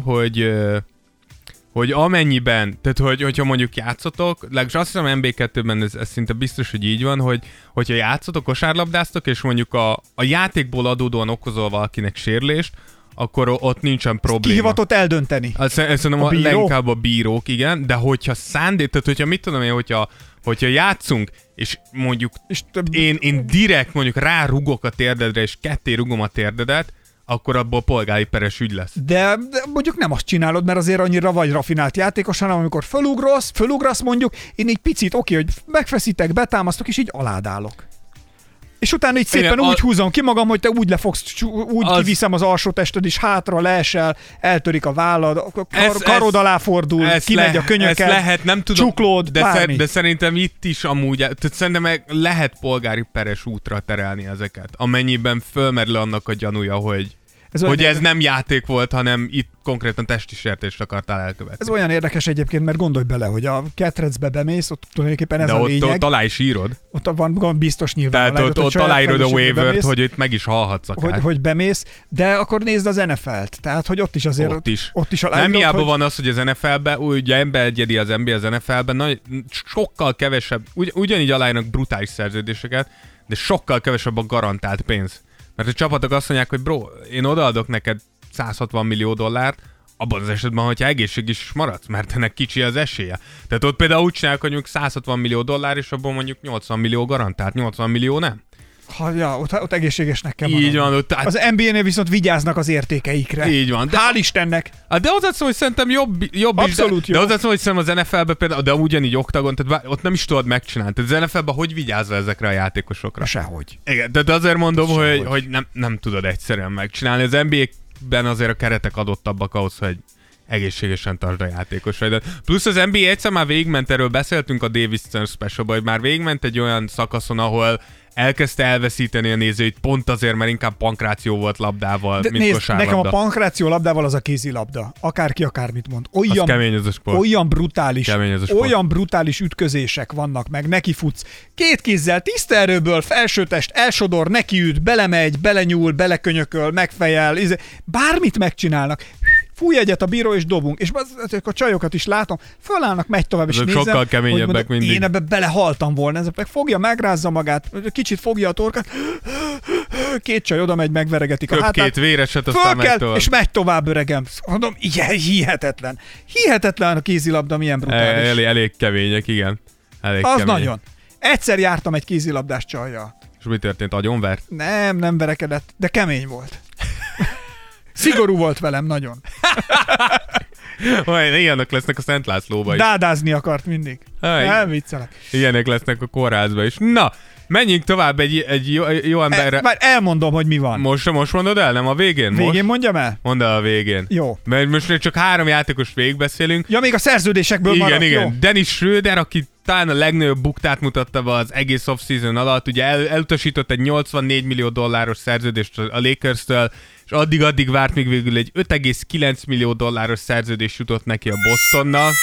hogy amennyiben, tehát hogyha mondjuk játszotok, legalábbis azt hiszem MB2-ben ez szinte biztos, hogy így van, hogyha játszotok, kosárlabdáztok, és mondjuk a játékból adódóan okozol valakinek sérülést, akkor ott nincsen probléma. Kihivatott eldönteni? Szerintem leginkább a bírók, igen, de hogyha tehát hogyha mit tudom én, hogyha játszunk, és mondjuk én direkt mondjuk rárugok a térdedre, és ketté rugom a térdedet, akkor abból polgári peres ügy lesz. De mondjuk nem azt csinálod, mert azért annyira vagy rafinált játékos, hanem amikor fölugrasz mondjuk, én egy picit hogy megfeszítek, betámasztok, és így aládálok. És utána így szépen úgy húzom ki magam, hogy te úgy lefogsz, kiviszem az alsó tested, és hátra leesel, eltörik a vállad, karod alá fordul, kimegy a könyökkel, lehet, nem tudom, csuklód, de szerintem itt is amúgy, tehát szerintem lehet polgári peres útra terelni ezeket, amennyiben fölmerül annak a gyanúja, hogy ez nem játék volt, hanem itt konkrétan testi sértést akartál elkövetni. Ez olyan érdekes egyébként, mert gondolj bele, hogy a ketrecbe bemész, ott tulajdonképpen ez a lényeg. De ott alá is írod. Ott van biztos nyilván. Tehát ott aláírod a waivert, hogy itt meg is halhatsz akár. Hogy bemész, de akkor nézd az NFL-t. Tehát, hogy ott is azért... Ott is nem hiába van az, hogy az NFL-ben, ugye beegyedi az NBA az NFL-ben, sokkal kevesebb, ugyanígy aláírnak brutális szerződéseket, de sokkal kevesebb a garantált pénz. Mert a csapatok azt mondják, hogy bro, én odaadok neked $160 millió, abban az esetben, hogyha egészséges is maradsz, mert ennek kicsi az esélye. Tehát ott például úgy csinálják, hogy mondjuk $160 millió, és abban mondjuk 80 millió garantált, 80 millió nem. Ott egészségesnek kell maradni. Így van. Az NBA-nél viszont vigyáznak az értékeikre. Így van. Hál' Istennek! De hozzátszom, hogy szerintem jobb abszolút is. De hozzátszom, hogy szerintem az NFL-ben például, de ugyanígy oktagon, tehát ott nem is tudod megcsinálni. Tehát az NFL-ben hogy vigyázol ezekre a játékosokra? Sehogy. Igen, de azért mondom, hogy nem tudod egyszerűen megcsinálni. Az NBA-ben azért a keretek adottabbak ahhoz, hogy egészségesen tartsd a játékosaidat. Plusz az NBA egyszer már végigment, erről beszéltünk a Davis Stern Specialban, hogy már végigment egy olyan szakaszon, ahol elkezdte elveszíteni a nézőit pont azért, mert inkább pankráció volt labdával, mint kosárlabda. Nekem a pankráció labdával az a kézilabda. Akárki akármit mond. Az kemény az a sport. Olyan brutális ütközések vannak, meg nekifutsz. Két kézzel, tiszta erőből, felsőtest, elsodor, nekiüt, belemegy, belenyúl, belekönyököl, megfejel, bármit megcsinálnak. Fúj egyet a bíró, és dobunk. És a csajokat is látom, fölállnak, megy tovább, és nézem, sokkal keményebbek mindig. Én ebbe belehaltam volna. Ez meg fogja, megrázza magát, kicsit fogja a torkát, két csaj oda megy, megveregetik a hátát. Két véreset, aztán megy tovább. És megy tovább, öregem. Mondom, hihetetlen. Hihetetlen a kézilabda, milyen brutális. Elég kemények, igen. Az nagyon. Egyszer jártam egy kézilabdás csajjal. És mi történt? Agyonvert? Nem verekedett, de kemény volt. Szigorú volt velem nagyon. Ilyenek lesznek a Szent Lászlóba is. Dádázni akart mindig. Nem viccelek. Ilyenek lesznek a kórházba is. Na, menjünk tovább egy jó emberre. Már elmondom, hogy mi van. Most mondod el, nem a végén? Végén mondjam el? Mondd el a végén. Jó. Mert most csak 3 játékos végigbeszélünk. Ja, még a szerződésekből maradt. Igen. Jó. Dennis Schröder, aki talán a legnagyobb buktát mutatta be az egész off-season alatt, ugye elutasított egy $84 millió szerződést a Lakers-től, és addig várt, míg végül egy $5,9 millió szerződés jutott neki a Bostonnal.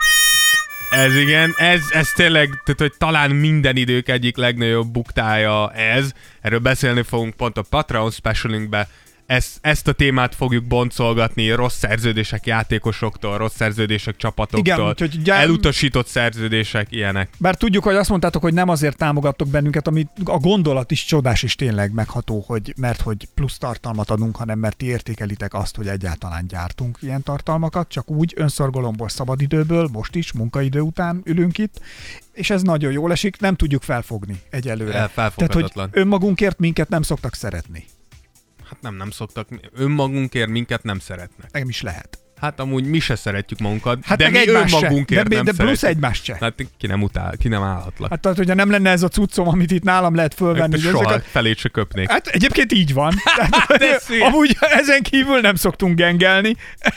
Ez tényleg, tehát, hogy talán minden idők egyik legnagyobb buktája ez. Erről beszélni fogunk pont a Patreon specialunkbe. Ezt a témát fogjuk boncolgatni rossz szerződések játékosoktól, rossz szerződések csapatoktól, igen, úgyhogy elutasított szerződések, ilyenek. Bár tudjuk, hogy azt mondtátok, hogy nem azért támogattok bennünket, ami a gondolat is csodás és tényleg megható, mert hogy plusz tartalmat adunk, hanem mert ti értékelitek azt, hogy egyáltalán gyártunk ilyen tartalmakat, csak úgy önszorgalomból, szabadidőből, most is, munkaidő után ülünk itt, és ez nagyon jól esik, nem tudjuk felfogni egyelőre. Tehát, hogy önmagunkért minket nem szoktak szeretni. Hát nem szoktak. Önmagunkért minket nem szeretnek. Nem is lehet. Hát amúgy mi se szeretjük magunkat, hát de mi önmagunkért nem de plusz szeretjük. Egymást se. Hát ki nem állhatlak. Hát tehát, hogyha nem lenne ez a cuccom, amit itt nálam lehet fölvenni. Soha felét se köpnék. Hát egyébként így van. Tehát, amúgy ezen kívül nem szoktunk gengelni.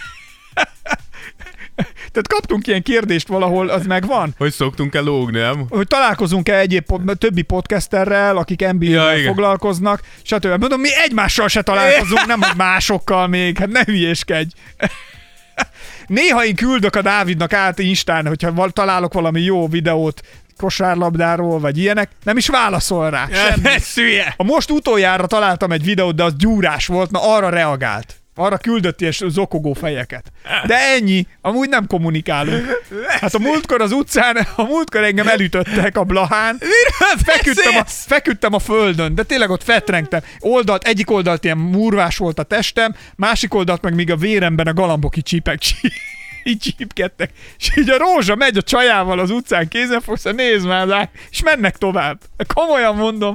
Tehát kaptunk ilyen kérdést valahol, az megvan? Hogy szoktunk el lógni, nem? Hogy találkozunk-e többi podcasterrel, akik NBA-vel foglalkoznak, stb. Mondom, mi egymással se találkozunk, nem hogy másokkal még, hát ne hülyéskedj. Néha én küldök a Dávidnak át Instán, hogyha találok valami jó videót kosárlabdáról, vagy ilyenek, nem is válaszol rá. Semmi. A most utoljára találtam egy videót, de az gyúrás volt, na arra reagált. Arra küldött ilyen zokogó fejeket. De ennyi, amúgy nem kommunikálunk. Hát a múltkor engem elütöttek a Blahán. Feküdtem a földön, de tényleg ott fetrengtem. Egyik oldalt ilyen murvás volt a testem, másik oldalt meg még a véremben a galambok így csípkedtek. És így a Rózsa megy a csajával az utcán kézenfogva, nézd már rá, és mennek tovább. Komolyan mondom.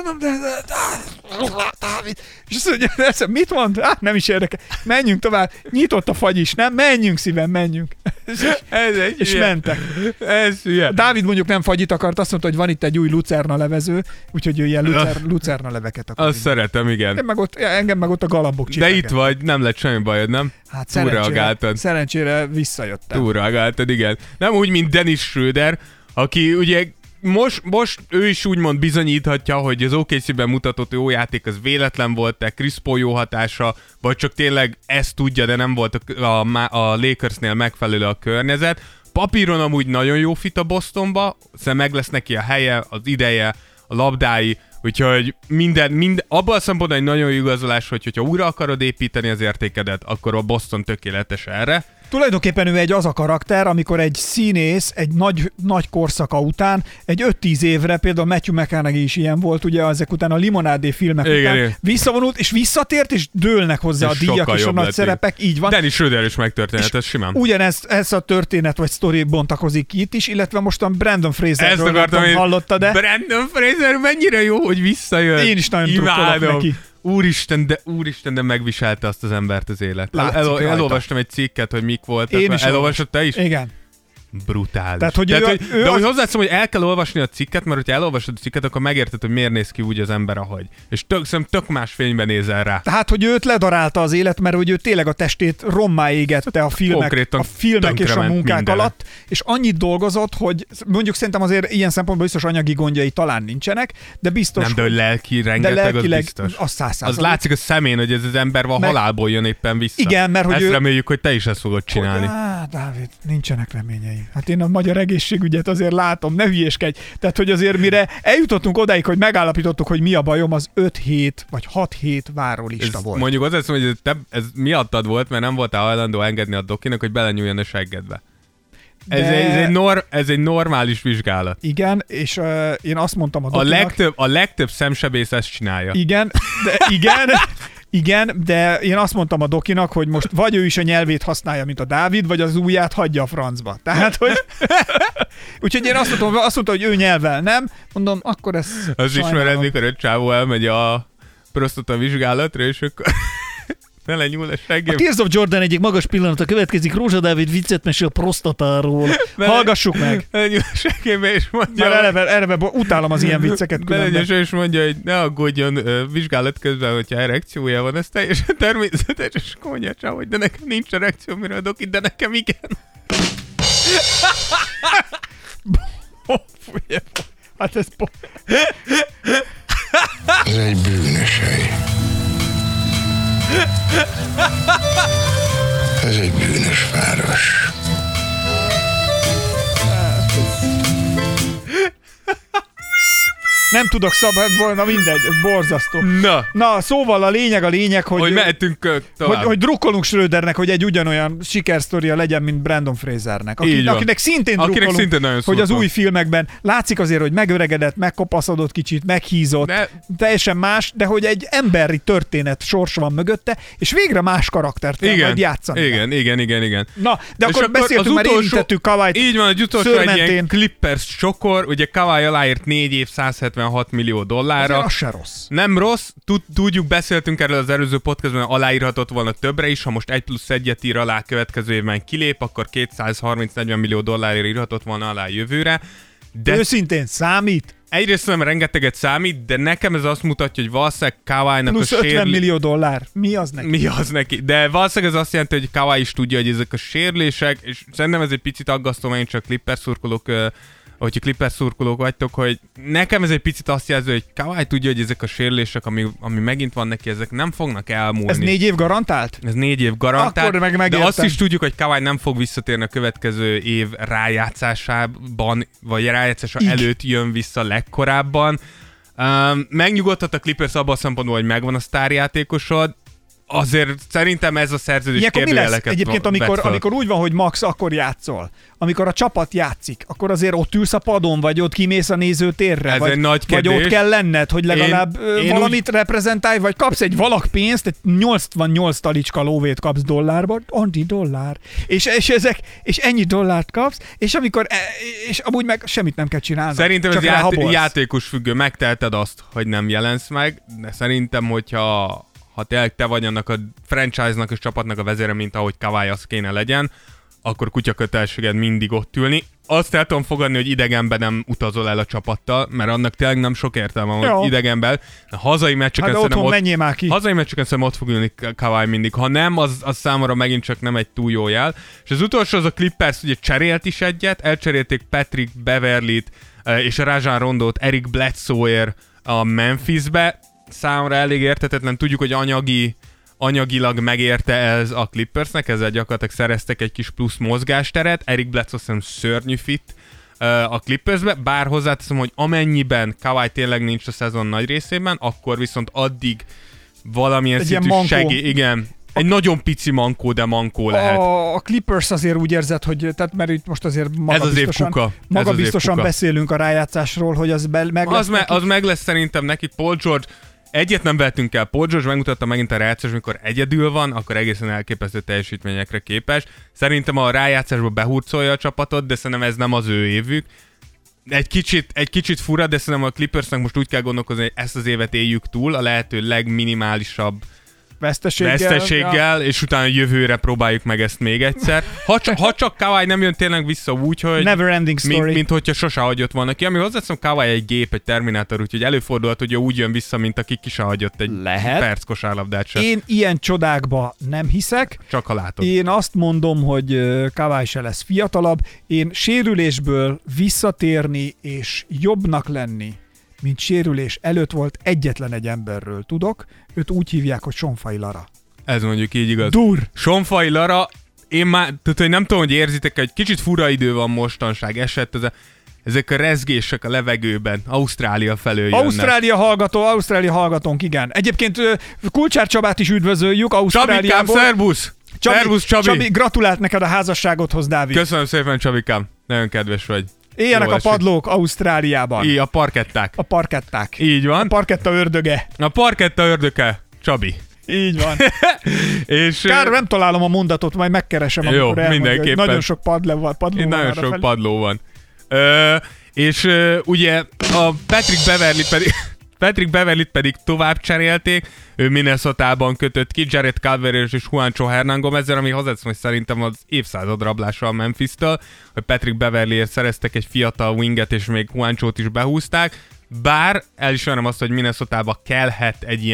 Dávid. És azt mondja, mit mond? Nem is érdekel. Menjünk tovább. Nyitott a fagy is, nem? Menjünk szívem, menjünk. És mentek. Dávid mondjuk nem fagyit akart, azt mondta, hogy van itt egy új lucerna levező, úgyhogy ő ilyen lucerna leveket akar. Azt szeretem, igen. Engem meg ott a galambok csipeket. De itt vagy, nem lett semmi bajod, nem? Hát szerencsére visszajöttem. Túlreagáltad, igen. Nem úgy, mint Dennis Schröder, aki ugye most ő is úgymond bizonyíthatja, hogy az OKC-ben mutatott jó játék az véletlen volt-e, Chris Paul jó hatása, vagy csak tényleg ezt tudja, de nem volt a Lakersnél megfelelő a környezet. Papíron amúgy nagyon jó fit a Bostonba, szóval meg lesz neki a helye, az ideje, a labdái, úgyhogy minden abban a szempontból egy nagyon jó igazolás, hogyha újra akarod építeni az értékedet, akkor a Boston tökéletes erre. Tulajdonképpen ő az a karakter, amikor egy színész egy nagy korszaka után, egy 5-10 évre, például Matthew McConaughey is ilyen volt, ugye ezek után a Limonádé filmek után visszavonult, és visszatért, és dőlnek hozzá a díjak és a nagy szerepek, így van. Dennis Schröder is megtörténhet, ez simán. Ugyanez a történet vagy sztori bontakozik itt is, illetve mostan Brandon Fraserről hallottad-e? Brandon Fraser mennyire jó, hogy visszajön. Én is nagyon drukkolok neki. Úristen, de megviselte azt az embert az élet. Elolvastam egy cikket, hogy mik voltak. Én is elolvastad te is? Igen. Brutális. Tehát, hogy hogy hozzátszom, hogy el kell olvasni a cikket, mert hogyha elolvasod a cikket, akkor megérted, hogy miért néz ki úgy az ember, ahogy. És tök más fényben nézel rá. Tehát, hogy őt ledarálta az élet, mert hogy ő tényleg a testét rommá égette a filmek és a munkák mindenre alatt, és annyit dolgozott, hogy mondjuk szerintem azért ilyen szempontból biztos anyagi gondjai talán nincsenek, de biztos... Nem, de lelki rengeteg, az biztos. Az látszik a szemén, hogy ez az ember halálból jön éppen vissza. Igen, mert hogy reméljük, hogy te is ezt fogod csinálni. Dávid, nincsenek reményei. Hát én a magyar egészségügyet azért látom, ne hülyéskedj. Tehát, hogy azért mire eljutottunk odáig, hogy megállapítottuk, hogy mi a bajom, az 5 hét vagy 6 hét várólista volt. Mondjuk azt hiszem, hogy ez miattad volt, mert nem voltál hajlandó engedni a dokinak, hogy belenyúljon a seggedbe. Ez egy normális vizsgálat. Igen, és én azt mondtam a dokinak... A legtöbb szemsebész ezt csinálja. Igen, Igen, de én azt mondtam a Dokinak, hogy most vagy ő is a nyelvét használja, mint a Dávid, vagy az ujját hagyja a francba. Tehát, hogy... Úgyhogy én azt mondtam, hogy ő nyelvvel nem. Mondom, akkor ez Az ismered, mikor egy csávó elmegy a prostata vizsgálatra, és akkor vele nyúl a seggem. A Tears of Jordan egyik magas pillanata következik. Rózsa Dávid viccet mesél a prostatáról. Hallgassuk meg. Nyúl a seggébe, és mondja... Már eleve utálom az ilyen vicceket különben. És mondja, hogy ne aggódjon vizsgálat közben, hogyha erekciója van, ez teljesen természetes, és akkor mondja csávó, hogy de nekem nincs erekció, mire adok itt, de nekem igen. Hát ez... Ez egy bűnös hely. Ez egy bűnös város. Nem tudok na mindegy, ez borzasztó. Na, szóval a lényeg, hogy mehetünk tovább. Hogy drukkolunk Schrödernek, hogy egy ugyanolyan sikersztoria legyen, mint Brandon Frasernek. Akinek szintén drukkolunk, szintén hogy az új filmekben látszik azért, hogy megöregedett, megkopaszodott kicsit, meghízott, teljesen más, de hogy egy emberi történet sorsa van mögötte, és végre más karaktert kell majd játszani. Igen. Na, de akkor beszéltünk, már érintettük Kawait. Így van, az utolsó egy ilyen Clippers csokor, ugye Kawai aláírt 4 év 176 millió dollárra. Az se rossz. Nem rossz, tudjuk, beszéltünk erről az előző podcastban, aláírhatott volna többre is, ha most 1+1-et ír alá következő évben kilép, akkor 230-40 millió dollárért írhatott volna alá jövőre. De őszintén számít? Egyrészt nem rengeteget számít, de nekem ez azt mutatja, hogy valószínűleg Kawainak plusz 50 millió dollár. Mi az neki? De valószínűleg ez azt jelenti, hogy Kawai is tudja, hogy ezek a sérülések, és szerintem ez egy picit aggasztó, mert én csak Clippers szurkolók, hogyha Clippers szurkolók vagytok, hogy nekem ez egy picit azt jelzi, hogy Kawai tudja, hogy ezek a sérülések, ami megint van neki, ezek nem fognak elmúlni. Ez 4 év garantált? Ez 4 év garantált, akkor meg de azt is tudjuk, hogy Kawai nem fog visszatérni a következő év rájátszásában, vagy rájátszása előtt jön vissza legkorábban. Megnyugodhat a Clippers abban a szempontból, hogy megvan a sztárjátékosod. Azért szerintem ez a szerződés kérdőjeleket egyébként, amikor úgy van, hogy max, akkor játszol. Amikor a csapat játszik, akkor azért ott ülsz a padon, vagy ott kimész a nézőtérre, ez egy nagy vagy ott kell lenned, hogy legalább valamit reprezentálj, vagy kapsz egy valak pénzt, egy 88 talicska lóvét kapsz dollárban, annyi dollár, és ennyi dollárt kapsz, és és amúgy meg semmit nem kell csinálni. Szerintem ez játékos függő, megteheted azt, hogy nem jelensz meg, de szerintem, hogyha tényleg te vagy annak a franchise-nak és csapatnak a vezére, mint ahogy Kawai az kéne legyen, akkor kutyakötelességed mindig ott ülni. Azt el tudom fogadni, hogy idegenben nem utazol el a csapattal, mert annak tényleg nem sok értelme van, hogy idegenben. A hazai meccseken szerintem ott fog ülni Kawai mindig. Ha nem, az számomra megint csak nem egy túl jó jel. És az utolsó, az a Clippers ugye cserélt is egyet, elcserélték Patrick Beverlyt és a Rajon Rondót Eric Bledsoe-ért a Memphisbe. Számomra elég érthetetlen, tudjuk, hogy anyagilag megérte ez a Clippersnek, ezzel gyakorlatilag szereztek egy kis plusz mozgásteret, Eric Bledsoe szerintem szörnyű fit a Clippersbe, bár hozzáteszem, hogy amennyiben Kawai tényleg nincs a szezon nagy részében, akkor viszont addig valamilyen egy szintű segély, igen, egy nagyon pici mankó, de mankó lehet. A Clippers azért úgy érzed, hogy, tehát mert itt most azért magabiztosan beszélünk a rájátszásról, hogy az meg lesz az meg lesz szerintem neki. Paul George, egyet nem vettünk el. Paul George megmutatta megint a rájátszás, amikor egyedül van, akkor egészen elképesztő teljesítményekre képes. Szerintem a rájátszásból behurcolja a csapatot, de szerintem ez nem az ő évük. Egy kicsit fura, de szerintem a Clippersnek most úgy kell gondolkozni, hogy ezt az évet éljük túl, a lehető legminimálisabb veszteséggel, és utána jövőre próbáljuk meg ezt még egyszer. Ha csak Kawai nem jön tényleg vissza úgy, hogy never ending story. Mint hogyha sose hagyott volna ki. Ami hozzáteszem, Kawai egy gép, egy terminátor, úgyhogy előfordulhat, hogy ő úgy jön vissza, mint aki ki se hagyott egy perc kosárlabdát sem. Én ilyen csodákba nem hiszek. Csak ha látod. Én azt mondom, hogy Kawai se lesz fiatalabb. Én sérülésből visszatérni és jobbnak lenni, mint sérülés előtt volt, egyetlen egy emberről tudok, őt úgy hívják, hogy Sonfai Lara. Ez mondjuk így igaz. Dur! Sonfai Lara, én már, tehát, hogy nem tudom, hogy érzitek, hogy kicsit fura idő van mostanság, esett ezek a rezgések a levegőben, Ausztrália felől jönnek. Ausztrália hallgatónk, igen. Egyébként Kulcsár Csabát is üdvözöljük, Ausztráliából. Csabikám, szervusz! Szervusz, Csabi, gratulált neked a házasságodhoz, Dávid. Köszönöm szépen, Csabikám. Nagyon kedves vagy. Éljenek a padlók Ausztráliában. A parketták. A parketták. Így van. A parketta ördöge. A parketta ördöge, Csabi. Így van. És, Kár, nem találom a mondatot, majd megkeresem, jó, amikor mindenképpen. nagyon sok padló van. Nagyon sok padló van. És ugye a Patrick Beverlyt pedig tovább cserélték, ő Minnesotában kötött ki, Jared Culver és Juancho Hernán Gomezzel, ami hozzáteszem, hogy szerintem az évszázad rablása a Memphis-től, hogy Patrick Beverlyért szereztek egy fiatal winget, és még Juanchót is behúzták, bár elismerem azt, hogy Minnesotába kellhet egy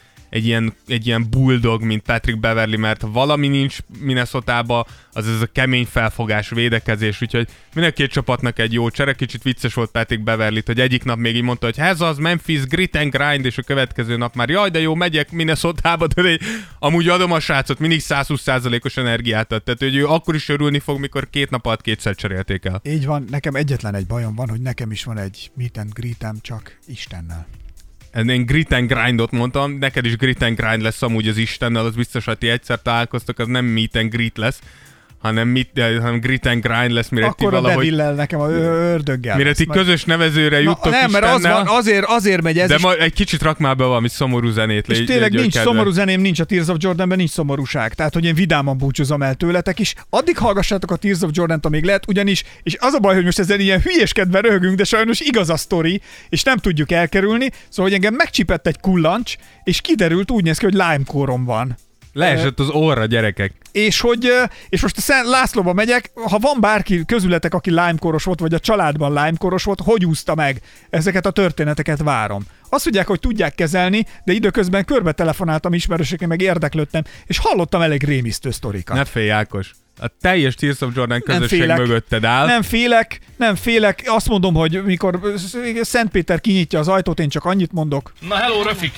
ilyen bulldog, mint Patrick Beverly, mert valami nincs Minnesotába, az ez a kemény felfogás, védekezés, úgyhogy mind a két csapatnak egy jó csere. Kicsit vicces volt Patrick Beverlyt, hogy egyik nap még így mondta, hogy ez az Memphis, grit and grind, és a következő nap már jaj, de jó, megyek Minnesotába, de amúgy adom a srácot, mindig 120%-os energiát ad, tehát hogy ő akkor is örülni fog, mikor 2 nap alatt 2-szer cserélték el. Így van, nekem egyetlen egy bajom van, hogy nekem is van egy meet and greetem, csak Istennel. Én grit and grindot mondtam, neked is grit and grind lesz amúgy az Istennel, az biztos, hogy ti egyszer találkoztok, az nem meet and greet lesz, hanem grit and grind lesz, mire akkor ti valahogy... Akkor a devillel nekem a ördöggel. Mire ti közös nevezőre juttok nem, mert az van, azért megy ez. De ma egy kicsit rak már be valami szomorú zenét. És tényleg nincs szomorú zeném, nincs a Tears of Jordanben, nincs szomorúság. Tehát, hogy én vidáman búcsúzom el tőletek is. Addig hallgassátok a Tears of Jordan-t, amíg lehet, ugyanis, és az a baj, hogy most ezen ilyen hülyéskedve röhögünk, de sajnos igaz a sztori, és nem tudjuk elkerülni. Szóval, hogy engem megcsipett egy kullancs, és kiderült, úgy néz ki, hogy Lime-kórom van. Leesett az orra, gyerekek. És most a Szent Lászlóba megyek, ha van bárki közületek, aki Lime-koros volt, vagy a családban Lime-koros volt, hogy úszta meg? Ezeket a történeteket várom. Azt mondják, hogy tudják kezelni, de időközben körbe telefonáltam ismerősöknek, meg érdeklődtem, és hallottam elég rémisztő sztorikat. Ne félj, Ákos. A teljes Tears of Jordan közösség mögötted áll. Nem félek. Azt mondom, hogy mikor Szentpéter kinyitja az ajtót, én csak annyit mondok. Na hello, Rafik!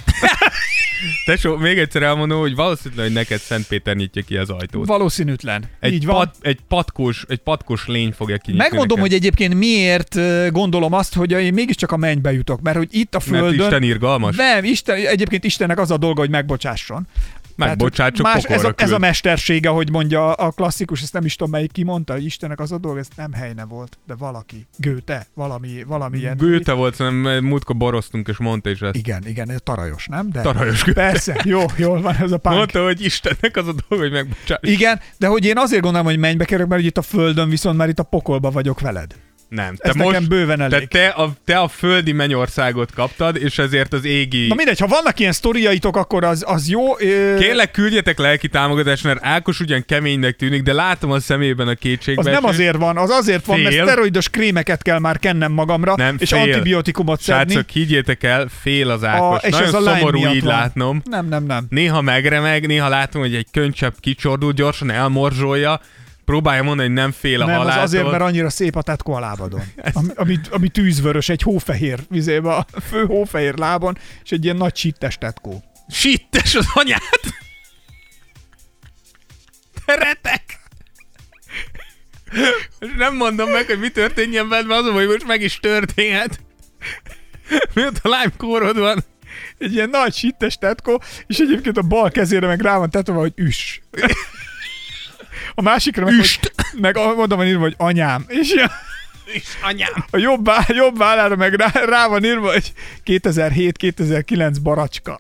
Tesó, még egyszer elmondom, hogy valószínűleg, hogy neked Szentpéter nyitja ki az ajtót. Valószínűtlen. Így van. Egy patkós lény fogja kinyitni. Megmondom, neked. hogy egyébként miért gondolom azt, hogy én mégiscsak a mennybe jutok, mert hogy itt a Földön... Mert Isten irgalmas? Nem, egyébként Istennek az a dolga, hogy megbocsásson. Megbocsát, csak ez a mestersége, hogy mondja a klasszikus, ezt nem is tudom, melyik kimondta, hogy Istennek az a dolga, ez nem Heine volt, de valaki, Goethe, valami ilyen. Goethe volt, szerintem múltkor boroztunk, és mondta is ezt. Igen, tarajos, nem? De tarajos Goethe. Persze, jól van ez a punk. Mondta, hogy Istennek az a dolga, hogy megbocsásson. Igen, de hogy én azért gondolom, hogy mennybe kerülök, mert itt a Földön viszont már itt a pokolba vagyok veled. Nem. Ez nekem bőven elég. Te a földi mennyországot kaptad, és ezért az égi... Na mindegy, ha vannak ilyen sztoriaitok, akkor az jó. Kérlek, küldjetek lelki támogatást, mert Ákos ugyan keménynek tűnik, de látom a szemében a kétségbe. Az nem azért van, az azért van, mert szteroidos krémeket kell már kennem magamra, nem, és antibiotikumot szedni. Srácok, higgyétek el, fél az Ákos. És nagyon ez a szomorú így van. látnom. Nem. Néha megremeg, néha látom, hogy egy könycsepp kicsordul, gyorsan elmorzsolja, próbálja mondani, hogy nem fél a haláltól. Nem, az azért, mert annyira szép a tetkó a lábadon. Ami tűzvörös, egy hófehér vizébe, a fő hófehér lábon, és egy ilyen nagy sittes tetkó. Sittes az anyát! Te retek! Most nem mondom meg, hogy mi történjen veled, mert azon, hogy most meg is történhet. Mióta Lime-kórod van? Egy ilyen nagy sittes tetkó, és egyébként a bal kezére meg rá van tetoválva, hogy üss. A másikra meg mondom, van írva, hogy anyám. És anyám. A jobb vállára meg rá van írva, hogy 2007-2009 baracska.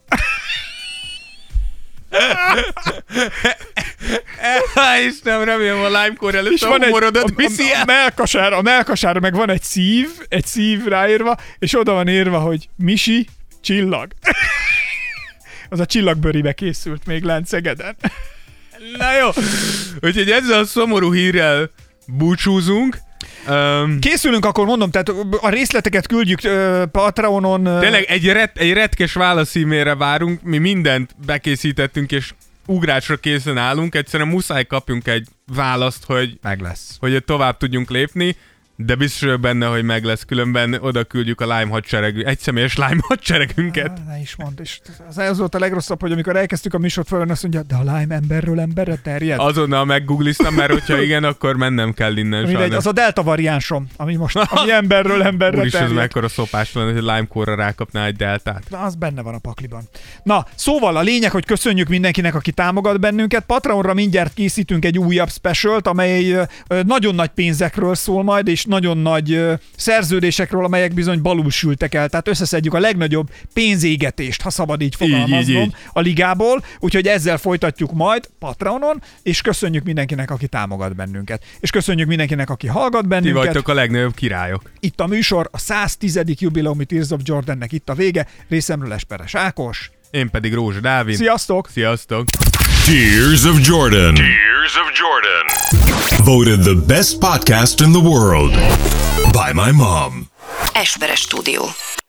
Istenem, remélem a Lime-kór előtt a humorodat viszi el. A melkasára meg van egy szív ráírva, és oda van írva, hogy Misi, csillag. Az a csillagbőribe készült még lent Szegeden. Na jó, úgyhogy ezzel a szomorú hírrel búcsúzunk. Készülünk, akkor mondom, tehát a részleteket küldjük Patreonon. Tényleg egy retkes válaszímére várunk, mi mindent bekészítettünk, és ugrásra készen állunk, egyszerűen muszáj kapjunk egy választ, hogy meg lesz. Hogy tovább tudjunk lépni. De biztos benne, hogy meg lesz, különben oda küldjük a Lime hadseregünket, egyszemélyes Lime hadseregünket. Ne is mondd, és az volt a legrosszabb, hogy amikor elkezdtük a műsort föl, azt mondja, de a Lime emberről emberre terjed. Azonnal meggoogliztam, mert hogyha igen, akkor mennem kell innen. Mindegy, az a delta variánsom, ami most ami emberről emberre terjed. Úristen, ez mekkora szopás lenne, hogy Lime-kórra rákapná egy deltát. Na, az benne van a pakliban. Na, szóval a lényeg, hogy köszönjük mindenkinek, aki támogat bennünket. Patreonra mindjárt készítünk egy újabb specialt, amely nagyon nagy pénzekről szól majd, és és nagyon nagy szerződésekről, amelyek bizony balul sültek el. Tehát összeszedjük a legnagyobb pénzégetést, ha szabad így fogalmaznom, így. A ligából. Úgyhogy ezzel folytatjuk majd Patreonon, és köszönjük mindenkinek, aki támogat bennünket. És köszönjük mindenkinek, aki hallgat bennünket. Ti vagytok a legnagyobb királyok. Itt a műsor, a 110. jubileumi Tears of Jordannek itt a vége. Részemről Esperes Ákos. Én pedig Rózsa Dávid. Sziasztok! Sziasztok! Tears of Jordan. Tears of Jordan. Voted the best podcast in the world by my mom. Esperes Stúdió.